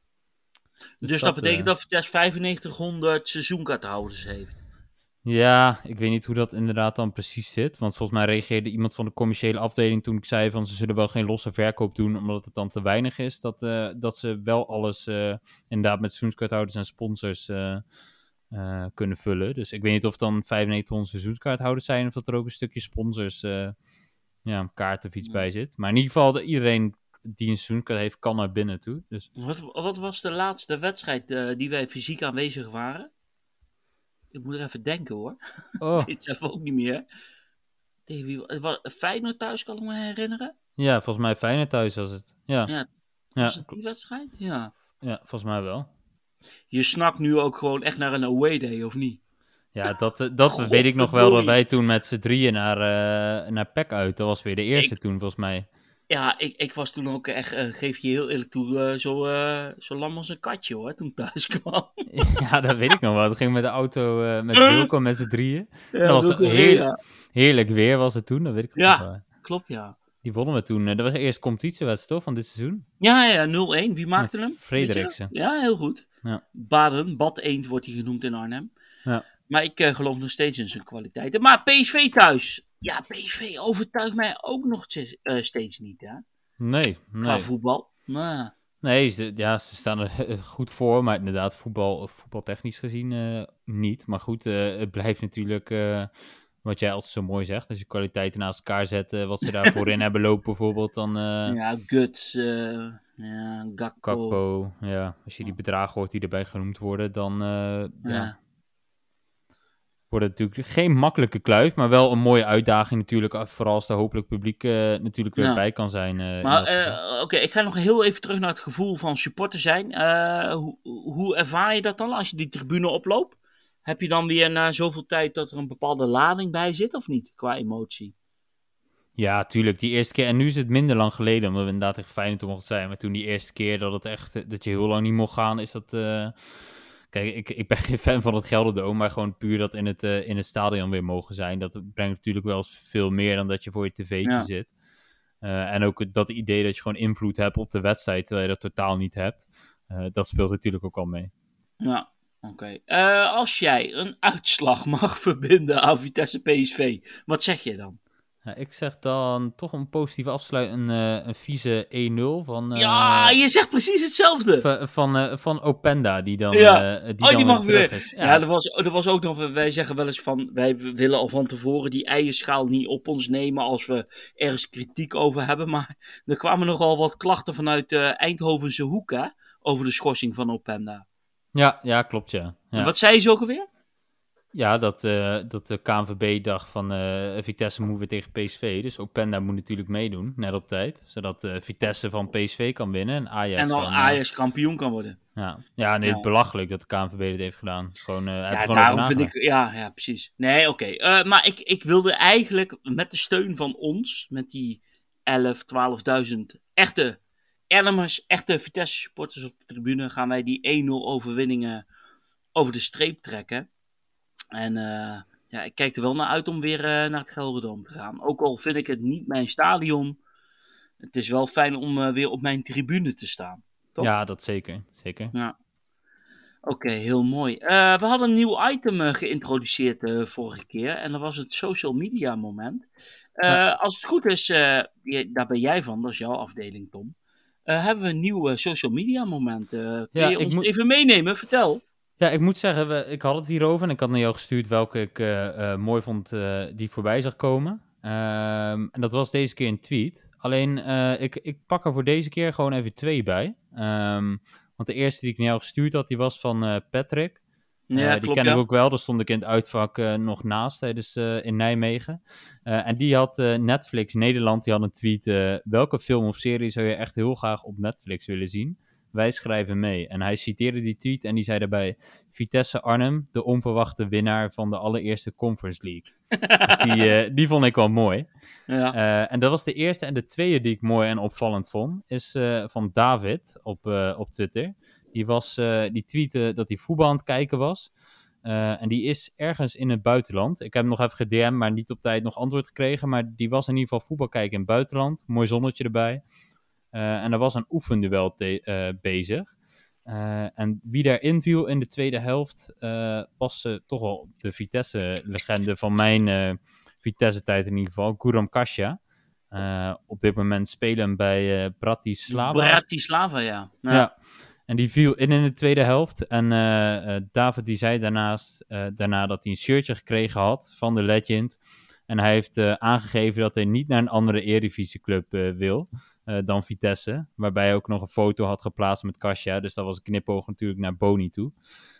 Dus dat betekent dat Vitesse 9500 seizoenkaarthouders heeft. Ja, ik weet niet hoe dat inderdaad dan precies zit. Want volgens mij reageerde iemand van de commerciële afdeling toen ik zei van ze zullen wel geen losse verkoop doen omdat het dan te weinig is. Dat ze wel alles inderdaad met seizoenskaarthouders en sponsors kunnen vullen. Dus ik weet niet of het dan 9500 seizoenskaarthouders zijn of dat er ook een stukje sponsors kaart of iets bij zit. Maar in ieder geval, iedereen die een seizoenkaart heeft, kan naar binnen toe. Dus. Wat was de laatste wedstrijd die wij fysiek aanwezig waren? Ik moet er even denken hoor. Oh. Ik weet het zelf ook niet meer. Tegen wie? Feyenoord thuis kan ik me herinneren. Ja, volgens mij Feyenoord thuis was het. Ja. Was het die wedstrijd? Ja. Ja, volgens mij wel. Je snakt nu ook gewoon echt naar een away day, of niet? Ja, dat weet ik nog wel, dat wij toen met z'n drieën naar PEC uit. Dat was weer de eerste toen, volgens mij. Ja, ik was toen ook echt, geef je heel eerlijk toe, zo lam als een katje hoor, toen thuis kwam. Ja, dat weet ik nog wel. Dat ging met de auto met Wilco met z'n drieën. Ja, Dat was heerlijk weer was het toen, dat weet ik nog wel. Ja, klopt ja. Die wonnen we toen. Dat was de eerste competitiewedstrijd toch, van dit seizoen? Ja, 0-1. Wie maakte hem? Frederiksen. Ja, heel goed. Ja. Bad Eend wordt hij genoemd in Arnhem. Ja. Maar ik geloof nog steeds in zijn kwaliteiten. Maar PSV thuis. Ja, PSV overtuigt mij ook nog steeds niet, hè? Nee. Qua voetbal. Maar... Nee, ze staan er goed voor, maar inderdaad voetbaltechnisch gezien niet. Maar goed, het blijft natuurlijk, wat jij altijd zo mooi zegt, als je kwaliteiten naast elkaar zet, wat ze daar voorin hebben lopen bijvoorbeeld, dan... ja, Guts, Gakpo, ja. Als je die bedragen hoort die erbij genoemd worden, dan wordt het natuurlijk geen makkelijke kluif, maar wel een mooie uitdaging natuurlijk, vooral als er hopelijk publiek natuurlijk weer bij kan zijn. Maar oké, ik ga nog heel even terug naar het gevoel van supporter zijn. Hoe ervaar je dat dan als je die tribune oploopt? Heb je dan weer na zoveel tijd dat er een bepaalde lading bij zit of niet, qua emotie? Ja, tuurlijk. Die eerste keer, en nu is het minder lang geleden, omdat we inderdaad echt Feyenoord mochten zijn. Maar toen die eerste keer dat je heel lang niet mocht gaan, is dat... Kijk, ik ben geen fan van het Gelderdoom, maar gewoon puur dat in het stadion weer mogen zijn. Dat brengt natuurlijk wel eens veel meer dan dat je voor je tv'tje zit. En ook dat idee dat je gewoon invloed hebt op de wedstrijd, terwijl je dat totaal niet hebt. Dat speelt natuurlijk ook al mee. Ja, oké. Als jij een uitslag mag verbinden aan Vitesse PSV, wat zeg je dan? Ja, ik zeg dan toch een positieve afsluit, een vieze 1-0 van... ja, je zegt precies hetzelfde. Van Openda, die dan, die mag terug weer. is. Ja, er was ook nog, wij zeggen wel eens van, wij willen al van tevoren die eierschaal niet op ons nemen als we ergens kritiek over hebben. Maar er kwamen nogal wat klachten vanuit de Eindhovense hoek, hè, over de schorsing van Openda. Ja, klopt, ja. En wat zei je zo alweer? Ja, dat de KNVB dacht van Vitesse moet weer tegen PSV. Dus Openda moet natuurlijk meedoen, net op tijd. Zodat Vitesse van PSV kan winnen en Ajax en dan Ajax kampioen kan worden. Ja, het is belachelijk dat de KNVB dit heeft gedaan. Het is gewoon, daarom vind ik... Ja, precies. Nee, oké. Maar ik wilde eigenlijk met de steun van ons, met die 11.000, 12.000 echte Elmers, echte Vitesse supporters op de tribune, gaan wij die 1-0 overwinningen over de streep trekken. En ik kijk er wel naar uit om weer naar het Gelredome te gaan. Ook al vind ik het niet mijn stadion. Het is wel fijn om weer op mijn tribune te staan. Toch? Ja, dat zeker. Ja. Oké, heel mooi. We hadden een nieuw item geïntroduceerd vorige keer. En dat was het social media moment. Als het goed is, daar ben jij van. Dat is jouw afdeling, Tom. Hebben we een nieuw social media moment. Kun je ons even meenemen? Vertel. Ja, ik moet zeggen, ik had het hierover en ik had naar jou gestuurd welke ik mooi vond die ik voorbij zag komen. En dat was deze keer een tweet. Alleen, ik pak er voor deze keer gewoon even 2 bij. Want de eerste die ik naar jou gestuurd had, die was van Patrick. Ja, Die klopt, ken ik ja. ook wel, daar stond ik in het uitvak nog naast tijdens in Nijmegen. En die had Netflix Nederland, die had een tweet. Welke film of serie zou je echt heel graag op Netflix willen zien? Wij schrijven mee. En hij citeerde die tweet en die zei daarbij: Vitesse Arnhem, de onverwachte winnaar van de allereerste Conference League. Dus die vond ik wel mooi. Ja. En dat was de eerste. En de tweede die ik mooi en opvallend vond, is van David op Twitter. Die tweette dat hij voetbal aan het kijken was. En die is ergens in het buitenland. Ik heb hem nog even gedm'd, maar niet op tijd nog antwoord gekregen. Maar die was in ieder geval voetbal kijken in het buitenland. Mooi zonnetje erbij. En er was een oefenduel bezig. En wie daarin viel in de tweede helft, was toch wel de Vitesse-legende van mijn Vitesse-tijd in ieder geval, Guram Kasia. Op dit moment spelen bij Bratislava. Bratislava, ja. Ja, en die viel in de tweede helft. En David die zei daarna dat hij een shirtje gekregen had van de Legend. En hij heeft aangegeven dat hij niet naar een andere Eredivisieclub wil dan Vitesse. Waarbij hij ook nog een foto had geplaatst met Kasia. Dus dat was een knipoog natuurlijk naar Boni toe.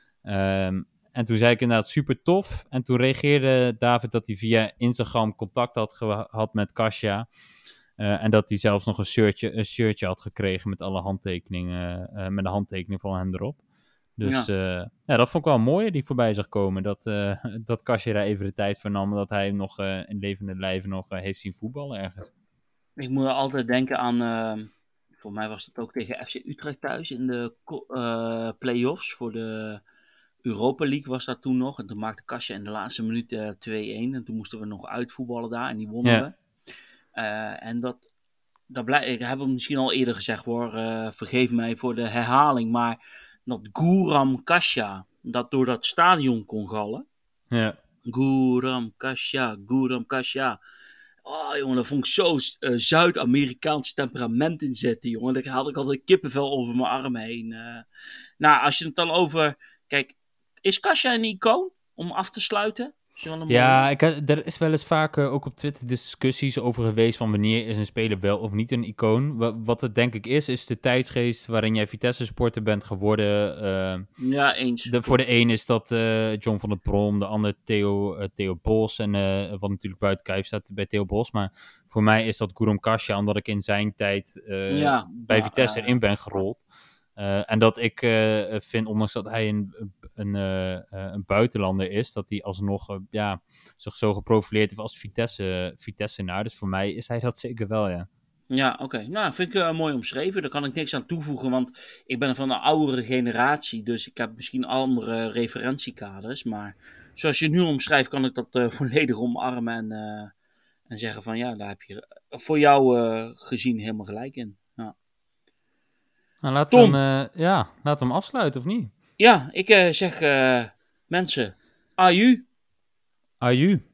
En toen zei ik inderdaad super tof. En toen reageerde David dat hij via Instagram contact had gehad met Kasia. En dat hij zelfs nog een shirtje had gekregen met alle handtekeningen, met de handtekening van hem erop. Dus ja, dat vond ik wel mooi die ik voorbij zag komen. Dat Kasia daar even de tijd voor nam, dat hij hem nog in levende lijven nog heeft zien voetballen ergens. Ik moet altijd denken aan, voor mij was het ook tegen FC Utrecht thuis in de play-offs voor de Europa League was dat toen nog. En toen maakte Kasia in de laatste minuut 2-1. En toen moesten we nog uitvoetballen daar en die wonnen Ja. we. En ik heb hem misschien al eerder gezegd hoor, vergeef mij voor de herhaling, maar dat Guram Kasia, dat door dat stadion kon gallen. Ja. Guram Kasia. Oh jongen, dat vond ik zo Zuid-Amerikaans temperament in zitten, jongen. Daar had ik altijd kippenvel over mijn armen heen. Nou, als je het dan over... Kijk, is Kasia een icoon om af te sluiten? Ja, er is wel eens vaker ook op Twitter discussies over geweest van wanneer is een speler wel of niet een icoon. Wat het denk ik is de tijdsgeest waarin jij Vitesse-supporter bent geworden. Ja, eens. Voor de een is dat John van der Brom, de ander Theo Bos en wat natuurlijk buiten kijf staat bij Theo Bos. Maar voor mij is dat Guram Kasia, omdat ik in zijn tijd bij Vitesse erin ben gerold. En dat ik vind, ondanks dat hij een buitenlander is, dat hij alsnog zich zo geprofileerd heeft als Vitesse-naar. Dus voor mij is hij dat zeker wel, ja. Ja, oké. Nou, vind ik mooi omschreven. Daar kan ik niks aan toevoegen, want ik ben van een oudere generatie. Dus ik heb misschien andere referentiekaders. Maar zoals je het nu omschrijft, kan ik dat volledig omarmen. En zeggen van ja, daar heb je voor jou gezien helemaal gelijk in. Ja. Nou, laten we hem afsluiten, of niet? Ja, ik zeg mensen, aju. Aju.